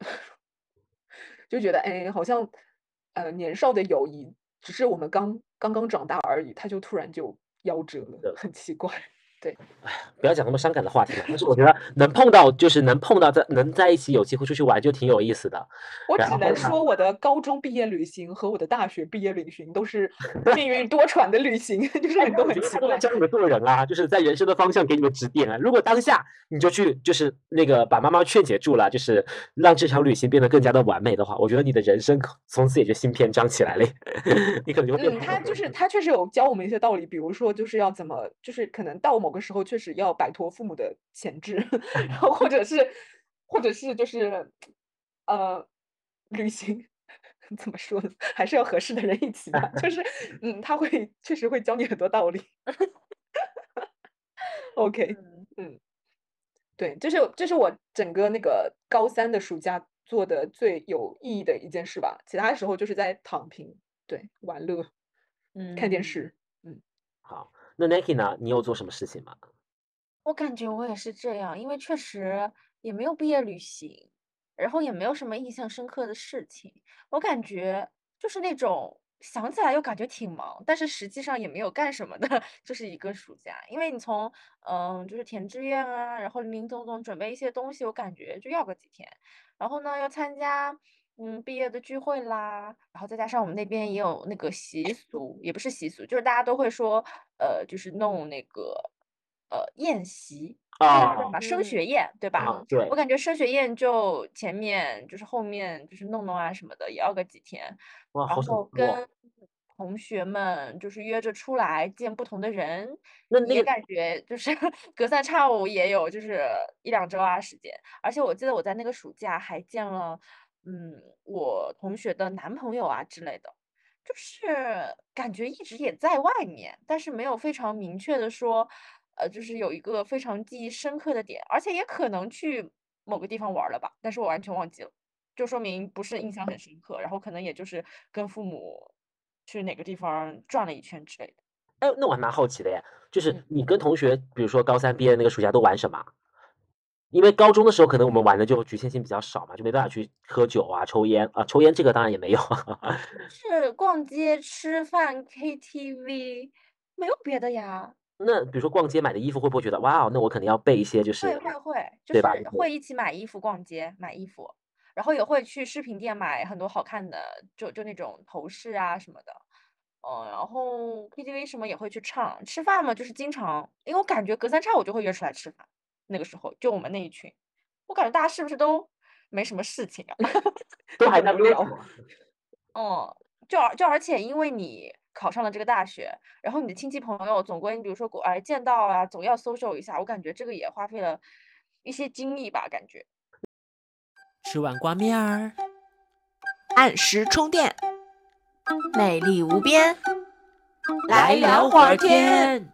就觉得哎，好像呃年少的友谊，只是我们刚刚刚长大而已，它就突然就夭折了， 的很奇怪。对， 不要讲那么伤感的话题了，但是我觉得能碰到，就是能碰到在能在一起有机会出去玩，就挺有意思的。 我然后呢， 只能说，我的高中毕业旅行和我的大学毕业旅行都是命运多舛的旅行，就是哎， 很都我觉得他都在很奇怪。 教你们做人啊，就是在人生的方向给你们指点啊。如果当下你就去，就是那个把妈妈劝解住了，就是让这场旅行变得更加的完美的话，我觉得你的人生可从此也就新篇章起来了。你可能就会变嗯， 成他就是他确实有教我们一些道理，比如说就是要怎么，就是可能到某个时候确实要摆脱父母的钳制，然后或者是或者是就是呃旅行怎么说呢，还是要合适的人一起吧，就是嗯，他会确实会教你很多道理。OK， 嗯嗯，对，这是这是我整个那个高三的暑假做的最有意义的一件事吧，其他时候就是在躺平，对，玩乐，看电嗯。 视，嗯。 好。那 Niki 呢？你有做什么事情吗？ 我感觉我也是这样，因为确实也没有毕业旅行，然后也没有什么印象深刻的事情。我感觉就是那种想起来又感觉挺忙，但是实际上也没有干什么的，就是一个暑假。因为你从嗯，就是填志愿啊，然后林林总总准备一些东西，我感觉就要个几天。然后呢，要参加嗯毕业的聚会啦，然后再加上我们那边也有那个习俗，也不是习俗，就是大家都会说，呃，就是弄那个呃宴席，就是那个叫什啊么升嗯学宴，对吧？ 啊，对， 我感觉升学宴就前面就是后面就是弄弄啊什么的，也要个几天， 哇， 然好想后说哦。 跟同学们就是约着出来见不同的人， 那那个也感觉就是隔三差五也有就是一两周啊时间。而且我记得我在那个暑假还见了，嗯，我同学的男朋友啊之类的，就是感觉一直也在外面，但是没有非常明确的说，呃，就是有一个非常记忆深刻的点，而且也可能去某个地方玩儿了吧，但是我完全忘记了，就说明不是印象很深刻，然后可能也就是跟父母去哪个地方转了一圈之类的。 哎，那我还蛮好奇的耶，就是嗯。 你跟同学，比如说高三毕业那个暑假都玩什么？ 因为高中的时候可能我们玩的就局限性比较少嘛，就没办法去喝酒啊、抽烟啊，抽烟这个当然也没有。 是逛街、吃饭、K T V，没有别的呀。 那比如说逛街买的衣服，会不会觉得哇哦，那我肯定要备一些，就会是会会，就对吧？ 是会一起买衣服逛街，买衣服，然后也会去饰品店买很多好看的，就就那种头饰啊什么的。嗯，然后 K T V 什么也会去唱，吃饭嘛就是经常，因为我感觉隔三差五就会约出来吃饭。那个时候就我们那一群，我感觉大家是不是都没什么事情啊？ 都还在无聊。 嗯，就而就而且因为你考上了这个大学，然后你的亲戚朋友总归你比如说过来见到啊，总要 social 一下，我感觉这个也花费了一些精力吧，感觉。 吃碗挂面儿， 按时充电，魅力无边。 来聊会儿天。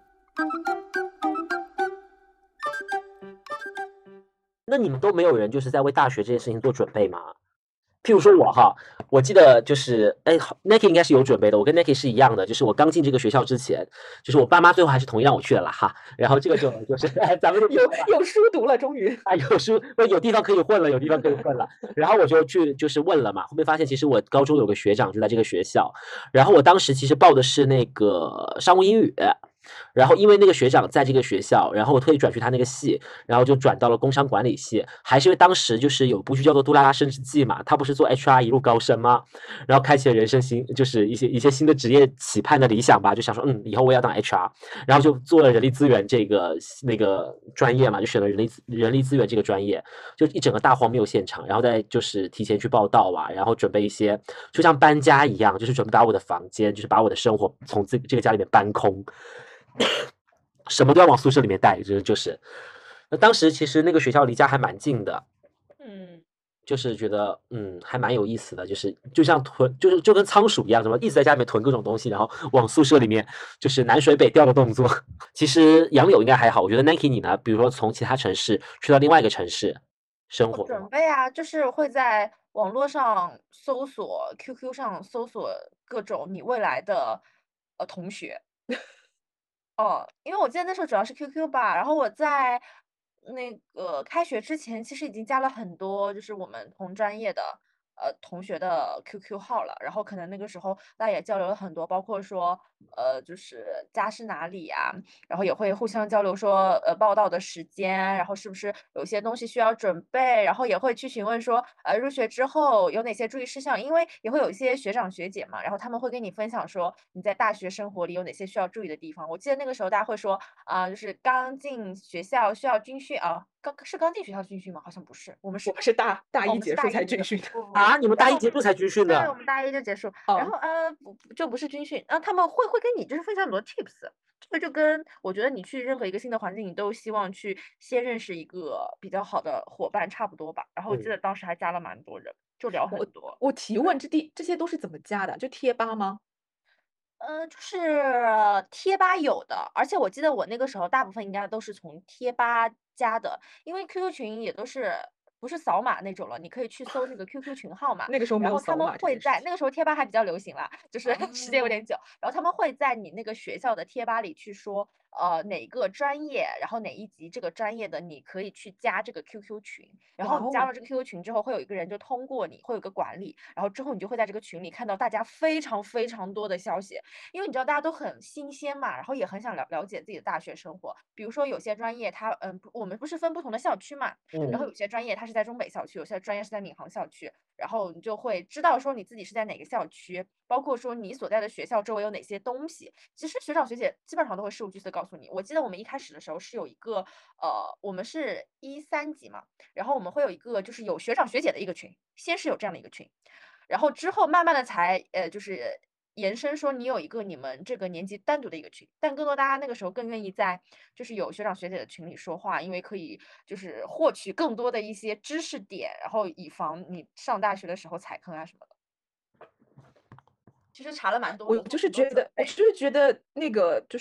那你们都没有人就是在为大学这件事情做准备吗？譬如说我哈，我记得就是哎 ，Nike 应该是有准备的。我跟 Nike 是一样的，就是我刚进这个学校之前，就是我爸妈最后还是同意让我去了啦哈。然后这个就就是哎，咱们有有书读了，终于啊有书，不有地方可以混了，有地方可以混了。然后我就去就是问了嘛，后面发现其实我高中有个学长就在这个学校，然后我当时其实报的是那个商务英语。然后因为那个学长在这个学校，然后我特意转去他那个系，然后就转到了工商管理系，还是因为当时就是有部剧叫做《杜拉拉升职记》嘛，他不是做 H R 一路高升吗？然后开启了人生新，就是一些一些新的职业期盼的理想吧，就想说，嗯，以后我也要当 H R， 然后就做了人力资源这个那个专业嘛，就选了人力人力资源这个专业，就一整个大荒谬现场，然后再就是提前去报到啊，然后准备一些，就像搬家一样，就是准备把我的房间，就是把我的生活从这这个家里面搬空。什么都要往宿舍里面带，就是就是。那当时其实那个学校离家还蛮近的， 嗯， 就是觉得嗯还蛮有意思的，就是就像囤，就是就跟仓鼠一样，什么一直在家里面囤各种东西，然后往宿舍里面就是南水北调的动作。其实杨柳应该还好，我觉得 Nike 你呢，比如说从其他城市去到另外一个城市生活， 准备啊，就是会在网络上搜索 Q Q 上搜索各种你未来的呃同学。哦，因为我记得那时候主要是 Q Q 吧，然后我在那个开学之前，其实已经加了很多就是我们同专业的呃同学的 Q Q 号了，然后可能那个时候大家也交流了很多，包括说呃就是家是哪里呀、然后也会互相交流说呃报到的时间，然后是不是有些东西需要准备，然后也会去询问说呃入学之后有哪些注意事项，因为也会有一些学长学姐嘛，然后他们会跟你分享说你在大学生活里有哪些需要注意的地方。我记得那个时候大家会说啊、就是刚进学校需要军训啊，刚是刚进学校军训吗？好像不是，我们是我们是大大哦我们是一结束才大一那个军训的。 不不不啊，你们大然后一结束才军训对，我的， 们大一就结束， 哦然后呃不不就不是军训，然后他们会会跟你就是分享很多 tips，这个就跟我觉得你去任何一个新的环境，你都希望去先认识一个比较好的伙伴差不多吧。然后我记嗯得当时还加了蛮多人，就聊很我多。 我提问这地这些都是怎么加的？就贴吧吗？ 呃，就是贴吧有的，而且我记得我那个时候大部分应该都是从贴吧加的，因为 Q Q 群也都是不是扫码那种了，你可以去搜那个 Q Q 群号嘛， 那个时候没有然后他们扫码这件事情。 会在那个时候贴吧还比较流行啦，就是时间有哦点久，然后他们会在你那个学校的贴吧里去说，呃，哪个专业，然后哪一级这个专业的你可以去加这个 Q Q 群，然后哇哦， 你加入这个 Q Q 群之后，会有一个人就通过你，会有个管理，然后之后你就会在这个群里看到大家非常非常多的消息，因为你知道大家都很新鲜嘛，然后也很想了了解自己的大学生活。比如说有些专业它，嗯，不我们不是分不同的校区嘛，然后嗯， 有些专业它是在中北校区，有些专业是在闵行校区，然后你就会知道说你自己是在哪个校区，包括说你所在的学校周围有哪些东西。其实学长学姐基本上都会事无巨细的告诉你。我记得我们一开始的时候是有一个，呃，我们是一三级嘛，然后我们会有一个就是有学长学姐的一个群，先是有这样的一个群，然后之后慢慢的才呃就是延伸说你有一个你们这个年级单独的一个群，但更多大家那个时候更愿意在就是有学长学姐的群里说话，因为可以就是获取更多的一些知识点，然后以防你上大学的时候踩坑啊什么的。其实查了蛮多， 我就是有做很多觉得，我准备。 就是觉得那个就是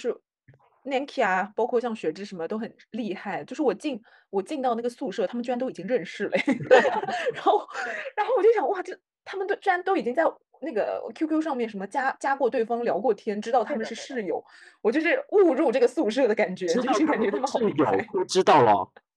Nancy 啊，包括像雪芝什么都很厉害。就是我进我进到那个宿舍，他们居然都已经认识了。然后然后我就想，哇，这他们都居然都已经在那个 Q Q 上面什么加加过对方聊过天，知道他们是对的对的。 室友。我就是误入这个宿舍的感觉， 知道就是他们感觉他们好是有厉害。 都知道了。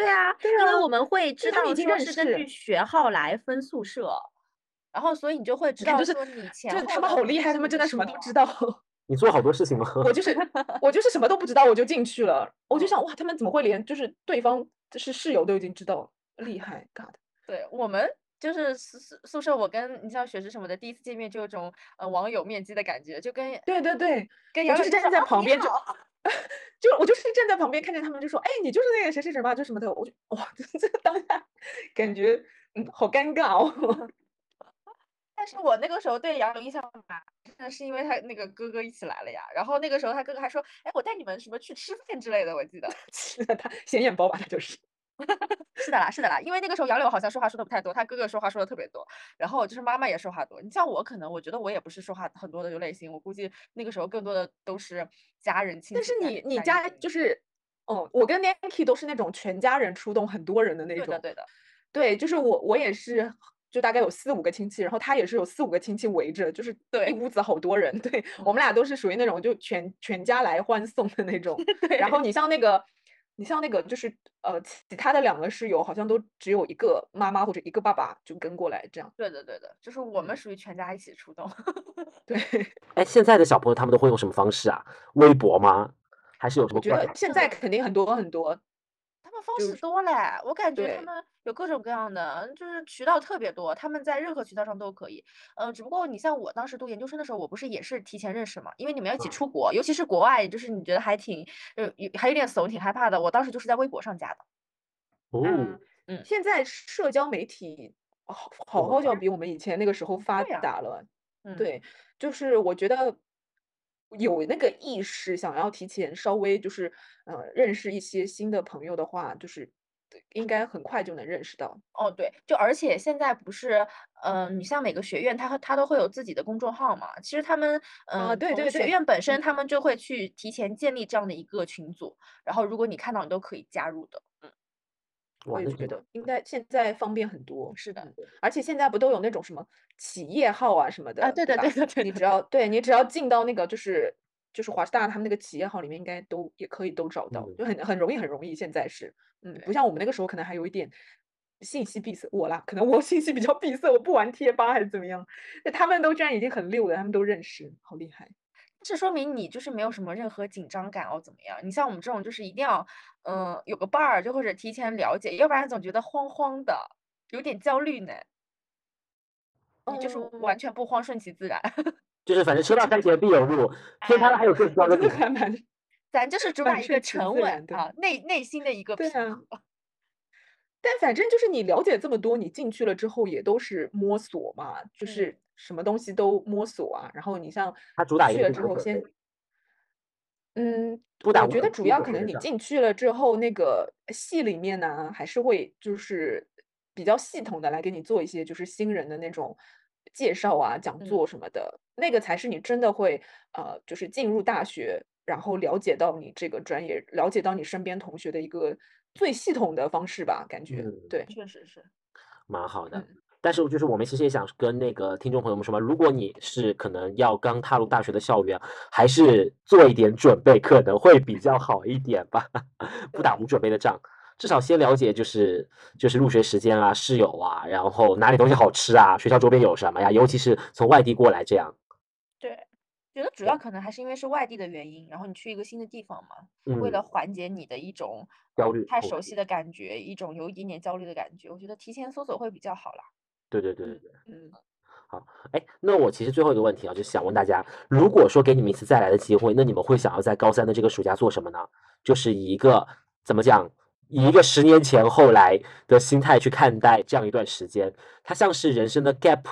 对啊， 对啊， 因为我们会知道就他们已经认说是根据识， 学号来分宿舍，然后所以你就会知你看，就是道说你前就是他们后的好厉害，他是你的们真的什么都舍。 知道。 你做了好多事情吗？ 我就是我就是什么都不知道我就进去了，我就嗯， 想哇，他们怎么会连就是对方就是室友都已经知道，厉害，God。 对，我们就是宿宿宿舍，我跟你像雪芝什么的，第一次见面就有种呃网友面基的感觉，就跟对对对， 跟我就是站在杨柳就说哦旁边就你好， 就我就是站在旁边看见他们就说，哎，你就是那个谁谁谁吧，就什么的，我就哇，这个当下感觉嗯好尴尬哦。 但是我那个时候对杨柳印象蛮深的是因为他那个哥哥一起来了呀，然后那个时候他哥哥还说，哎，我带你们什么去吃饭之类的，我记得。 是的，他显眼包吧，他就是。 是的啦，是的啦，因为那个时候杨柳好像说话说的不太多，他哥哥说话说的特别多，然后就是妈妈也说话多。你像我，可能我觉得我也不是说话很多的这类型，我估计那个时候更多的都是家人亲但是戚在你你家在一起。 就是哦，我跟 Nancy 都是那种全家人出动，很多人的那对的， 种。 对的， 对，就是我我也是，就大概有四五个亲戚，然后他也是有四五个亲戚围着，就是一对， 屋子好多人。对，我嗯， 们俩都是属于那种就全全家来欢送的那种。然后对， 你像那个你像那个就是呃，其他的两个室友好像都只有一个妈妈或者一个爸爸就跟过来这样。 对的，对的，就是我们嗯， 属于全家一起出动。 对， 哎，现在的小朋友他们都会用什么方式啊？微博吗？还是有什我么关？ 觉得现在肯定很多很多， 他们方式就是多嘞，我感觉他对， 们有各种各样的，就是渠道特别多，他们在任何渠道上都可以。呃，只不过你像我当时读研究生的时候，我不是也是提前认识嘛，因为你们要一起出国，尤其是国外，就是你觉得还挺，呃，有还有点怂，挺害怕的。我当时就是在微博上加的。 哦， 嗯， 现在社交媒体好好这么快？ 好像比我们以前那个时候发对呀， 达了。 嗯， 对，就是我觉得有那个意识，想要提前稍微就是呃认识一些新的朋友的话，就是应该很快就能认识到。 哦对，就而且现在不是，嗯、你像每个学院它它都会有自己的公众号嘛，其实他们， 啊， 嗯、从学对对对， 院本身嗯， 他们就会去提前建立这样的一个群组，然后如果你看到你都可以加入的。嗯， 哇， 我也那挺觉得应该现在方便很多。 是的。 嗯，而且现在不都有那种什么企业号啊什么啊， 的， 对的对对吧？ 的对的对的， 你只要对你只要进到那个就是就是华师大他们那个企业号里面，应该都也可以都找到， 嗯， 就很很容易很容易。现在是，嗯，不对， 像我们那个时候可能还有一点信息闭塞，我啦，可能我信息比较闭塞，我不玩贴吧还是怎么样。那他们都居然已经很溜了，他们都认识，好厉害。 这说明你就是没有什么任何紧张感哦，怎么样？你像我们这种就是一定要，嗯，有个伴儿，就或者提前了解，要不然总觉得慌慌的，有点焦虑呢。你就是嗯， 完全不慌，顺其自然。 就是反正车到山前必有路，天塌了还有更我真高的顶。 的还蛮咱就是主打一个蛮顺其沉稳自然的。 啊，内内心的一个平对啊。 和。 但反正就是你了解这么多，你进去了之后也都是摸索嘛，就嗯是什么东西都摸索啊。然后你像它主打一个是去了之后， 无准备， 先嗯， 不打无准我觉得主无要可能你准备的仗。 进去了之后，那个系里面呢，还是会就是比较系统的来给你做一些就是新人的那种介绍啊、讲嗯， 座什么的，那个才是你真的会呃，就是进入大学，然后了解到你这个专业，了解到你身边同学的一个最系统的方式吧，感觉， 嗯， 对， 确实是。 蛮好的。 嗯。 但是就是我们其实也想跟那个听众朋友们说嘛，如果你是可能要刚踏入大学的校园，还是做一点准备可能会比较好一点吧，不打对。 无准备的仗，至少先了解就是就是入学时间啊、室友啊，然后哪里东西好吃啊，学校周边有什么呀，尤其是从外地过来这样。 对，觉得主对， 要可能还是因为是外地的原因，然后你去一个新的地方嘛，为了嗯， 缓解你的一种焦呃不虑恐惧， 太熟悉的感觉，一种有一点点焦虑的感觉，我觉得提前搜索会比较好啦。 对对对对嗯， 对。 嗯。 好，哎，那我其实最后一个问题啊，就是想问大家，如果说给你们一次再来的机会，那你们会想要在高三的这个暑假做什么呢？就是以一个怎么讲，以一个十年前后来的心态去看待这样一段时间，它像是人生的 gap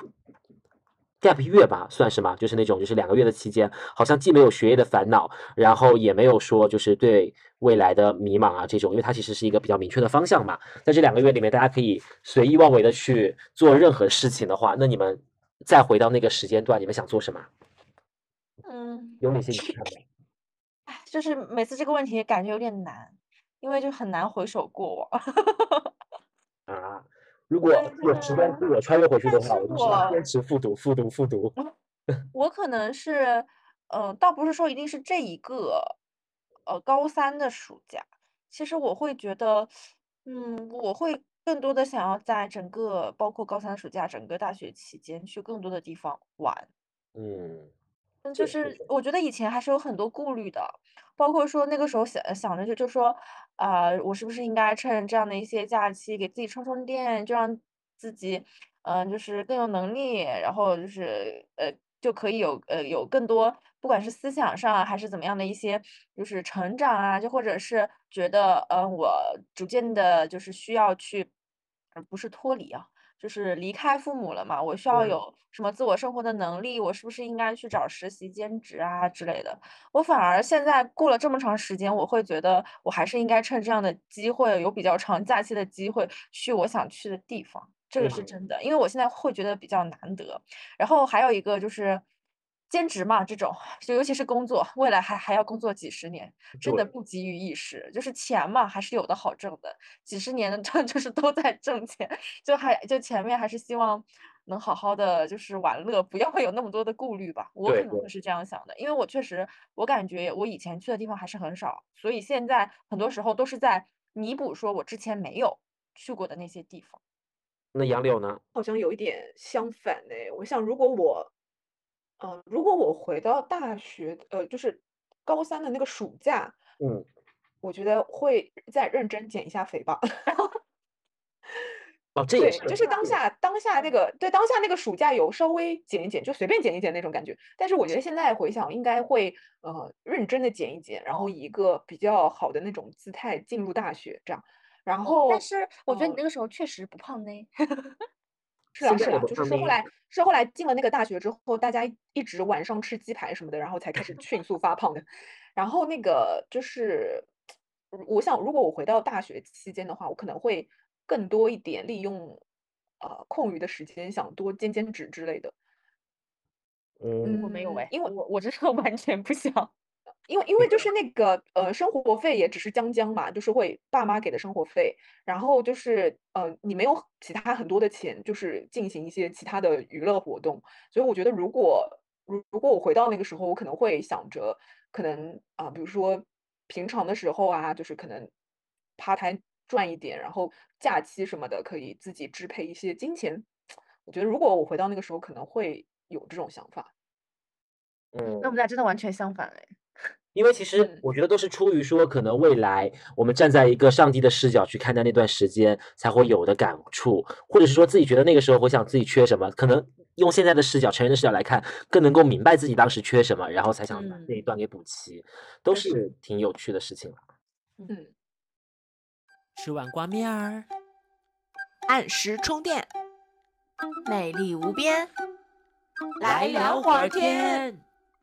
gap 月吧，算是吗？就是那种就是两个月的期间，好像既没有学业的烦恼，然后也没有说就是对未来的迷茫啊这种，因为它其实是一个比较明确的方向嘛。在这两个月里面，大家可以随意妄为的去做任何事情的话，那你们再回到那个时间段，你们想做什么？ 嗯， 有哪些遗憾吗？ 唉就是每次这个问题感觉有点难，因为就很难回首过往。 啊，如果但是有时光机我穿越回去的话， 但是我就是要坚我持复读、复读、复读。 我可能是，呃，倒不是说一定是这一个，呃，高三的暑假。其实我会觉得， 嗯，我会更多的想要在整个包括高三暑假整个大学期间去更多的地方玩。 嗯， 嗯，就这是是我觉得以前还是有很多顾虑的，包括说那个时候想想着就就说，啊、我是不是应该趁这样的一些假期给自己充充电，就让自己，嗯、就是更有能力，然后就是呃就可以有呃有更多，不管是思想上啊还是怎么样的一些就是成长啊，就或者是觉得，嗯、我逐渐的就是需要去，而不是脱离啊。就是离开父母了嘛，我需要嗯有什么自我生活的能力，我是不是应该去找实习、兼职啊之类的？我反而现在过了这么长时间，我会觉得我还是应该趁这样的机会，有比较长假期的机会，去我想去的地方，这个是嗯， 真的，因为我现在会觉得比较难得。然后还有一个就是兼职嘛，这种就尤其是工作，未来还还要工作几十年，真的对， 不急于一时。就是钱嘛，还是有的好挣的，几十年的就就是都在挣钱，就还就前面还是希望能好好的就是玩乐，不要有那么多的顾虑吧。我可对对， 能会是这样想的，因为我确实我感觉我以前去的地方还是很少，所以现在很多时候都是在弥补说我之前没有去过的那些地方。 那杨柳呢？ 好像有一点相反呢。我想如果我，呃，如果我回到大学，呃，就是高三的那个暑假， 嗯， 我觉得会再认真减一下肥吧。 哦，这也是， 对，就是当对， 下当下那个对，当下那个暑假有稍微减一减，就随便减一减那种感觉。但是我觉得现在回想应该会，呃，认真的减一减，然后以一个比较好的那种姿态进入大学这样。然哦，但后， 是我觉得你呃那个时候确实不胖呢。 是啊是啊， 现在也不就是胖呢。 是后来是后来进了那个大学之后，大家一一直晚上吃鸡排什么的，然后才开始迅速发胖的。然后那个就是，我想如果我回到大学期间的话，我可能会更多一点利用呃空余的时间，想多兼兼职之类的。 嗯， 嗯， 我没有哎， 因为我我真的完全不想。 因为因为就是那个，呃，生活费也只是将将嘛，就是会爸妈给的生活费，然后就是，呃，你没有其他很多的钱，就是进行一些其他的娱乐活动。所以我觉得如果如如果我回到那个时候，我可能会想着，可能啊，比如说平常的时候啊，就是可能 part time 赚一点，然后假期什么的可以自己支配一些金钱。我觉得如果我回到那个时候，可能会有这种想法。 那我们嗯。 俩真的完全相反哎。 因为其实嗯。 我觉得都是出于说，可能未来我们站在一个上帝的视角去看待那段时间才会有的感触，或者是说自己觉得那个时候回想自己缺什么，可能用现在的视角、成人的视角来看，更能够明白自己当时缺什么，然后才想把这一嗯， 段给补齐，都确实。 是挺有趣的事情了。 嗯。 吃碗挂面儿， 按时充电，魅力无边。 来聊会儿天。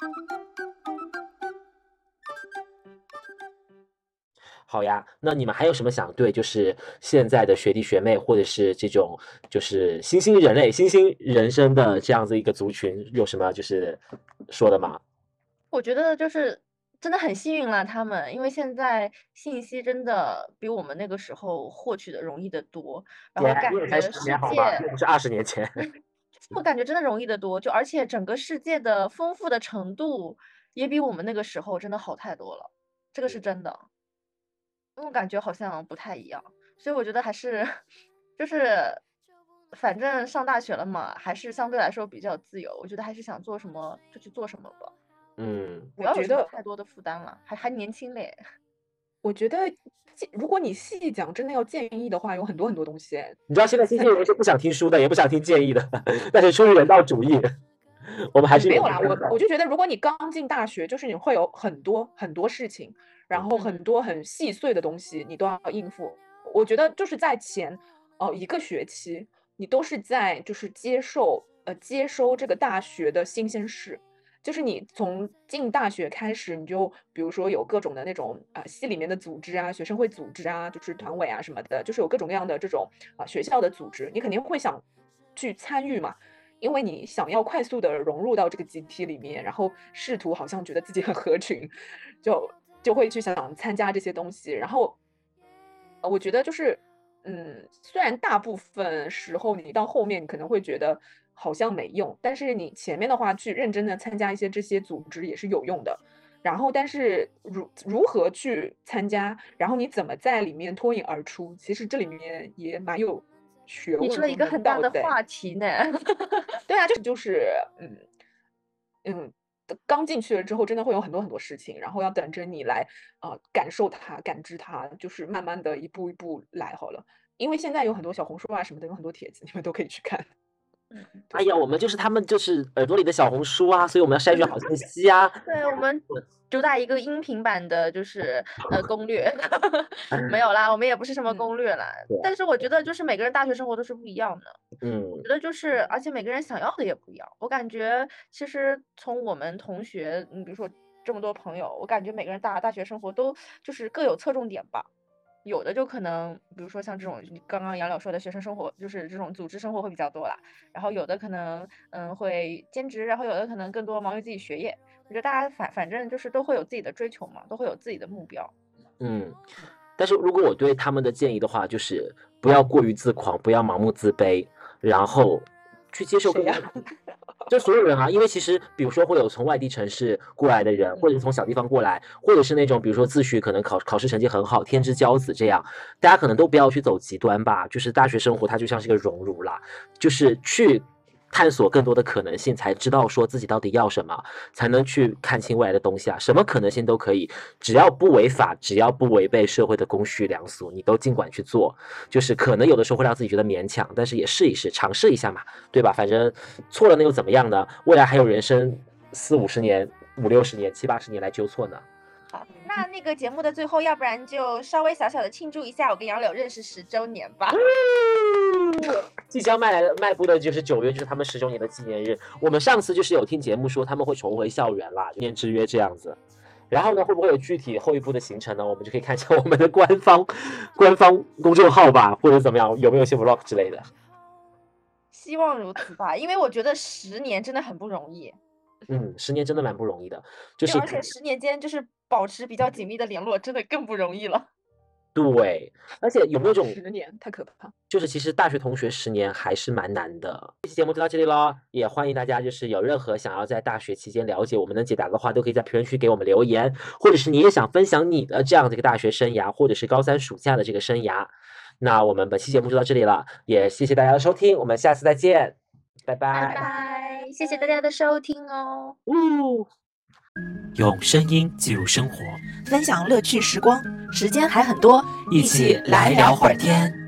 好呀，那你们还有什么想对就是现在的学弟学妹，或者是这种就是新兴人类、新兴人生的这样子一个族群，有什么就是说的吗？ 我觉得就是真的很幸运了，他们，因为现在信息真的比我们那个时候获取的容易得多，然后姐，你感也才十觉世年好吗？ 界， 又不是二十年前。 我感觉真的容易得多，就而且整个世界的丰富的程度也比我们那个时候真的好太多了，这个是真的。因为我感觉好像不太一样，所以我觉得还是就是反正上大学了嘛，还是相对来说比较自由，我觉得还是想做什么就去做什么吧。 嗯， 不要有什么我觉得太多的负担了，还还年轻嘞。 我觉得建如果你细讲，真的要建议的话，有很多很多东西哎。 你知道现在新兴人是不想听书的，也不想听建议的，但是出于人道主义，我们还嗯， 是有没有啦，我我就觉得，如果你刚进大学，就是你会有很多很多事情，然后很嗯多很细碎的东西，你都要应付。我觉得就是在前呃一个学期，你都是在就是接受呃接收这个大学的新鲜事。就是你从进大学开始，你就比如说有各种的那种啊、系里面的组织啊、学生会组织啊、就是团委啊什么的，就是有各种各样的这种啊、学校的组织，你肯定会想去参与嘛。因为你想要快速的融入到这个集体里面，然后试图好像觉得自己很合群，就就会去想参加这些东西。然后，呃，我觉得就是，嗯，虽然大部分时候你到后面你可能会觉得好像没用，但是你前面的话去认真的参加一些这些组织也是有用的。 然后但是如如何去参加，然后你怎么在里面脱颖而出，其实这里面也蛮有学问你说了一个很大的话题呢。 对啊，就是就是嗯嗯，刚进去了之后，真的会有很多很多事情，然后要等着你来呃感受它、感知它，就是慢慢的一步一步来好了。因为现在有很多小红书啊什么的，有很多帖子，你们都可以去看。 嗯， 哎呀，我们就是他们就是耳朵里的小红书啊，所以我们要筛选好信息啊。 对，我们主打一个音频版的，就是呃攻略，没有啦，我们也不是什么攻略啦。 对但是我觉得就是每个人大学生活都是不一样的，我嗯觉得就是而且每个人想要的也不一样。我感觉其实从我们同学，你比如说这么多朋友，我感觉每个人大大学生活都就是各有侧重点吧。有的就可能，比如说像这种刚刚杨柳说的学生生活，就是这种组织生活会比较多啦。然后有的可能嗯会兼职，然后有的可能更多忙于自己学业。我觉得大家反反正就是都会有自己的追求嘛，都会有自己的目标。 嗯。但是如果我对他们的建议的话，就是不要过于自狂，不要盲目自卑，然后去接受更多。就所有人啊，因为其实比如说会有从外地城市过来的人，或者是从小地方过来，或者是那种比如说自诩可能考考试成绩很好，天之骄子这样，大家可能都不要去走极端吧。就是大学生活它就像是一个熔炉啦，就是去探索更多的可能性，才知道说自己到底要什么，才能去看清未来的东西啊。什么可能性都可以，只要不违法，只要不违背社会的公序良俗，你都尽管去做。就是可能有的时候会让自己觉得勉强，但是也试一试，尝试一下嘛，对吧？反正错了那又怎么样呢？未来还有人生四五十年、五六十年、七八十年来纠错呢。 好，那那个节目的最后，要不然就稍微小小的庆祝一下我跟杨柳认识十周年吧。 即将迈来迈步的就是九月，就是他们十周年的纪念日。我们上次就是有听节目说他们会重回校园啦，念之约这样子。然后呢，会不会有具体后一步的行程呢？我们就可以看一下我们的官方官方公众号吧，或者怎么样，有没有一些 vlog 之类的。 希望如此吧，因为我觉得十年真的很不容易。 嗯，十年真的蛮不容易的，就是而且十年间就是保持比较紧密的联络，真的更不容易了。 对，而且有没有这种十年太可怕？ 就是其实大学同学十年还是蛮难的。这期节目就到这里了，也欢迎大家就是有任何想要在大学期间了解我们能解答的话，都可以在评论区给我们留言，或者是你也想分享你的这样的一个大学生涯，或者是高三暑假的这个生涯。那我们本期节目就到这里了，也谢谢大家的收听，我们下次再见，拜拜。 拜拜，谢谢大家的收听哦。 呜， 用声音记录生活， 分享乐趣时光，时间还很多， 一起来聊会儿天。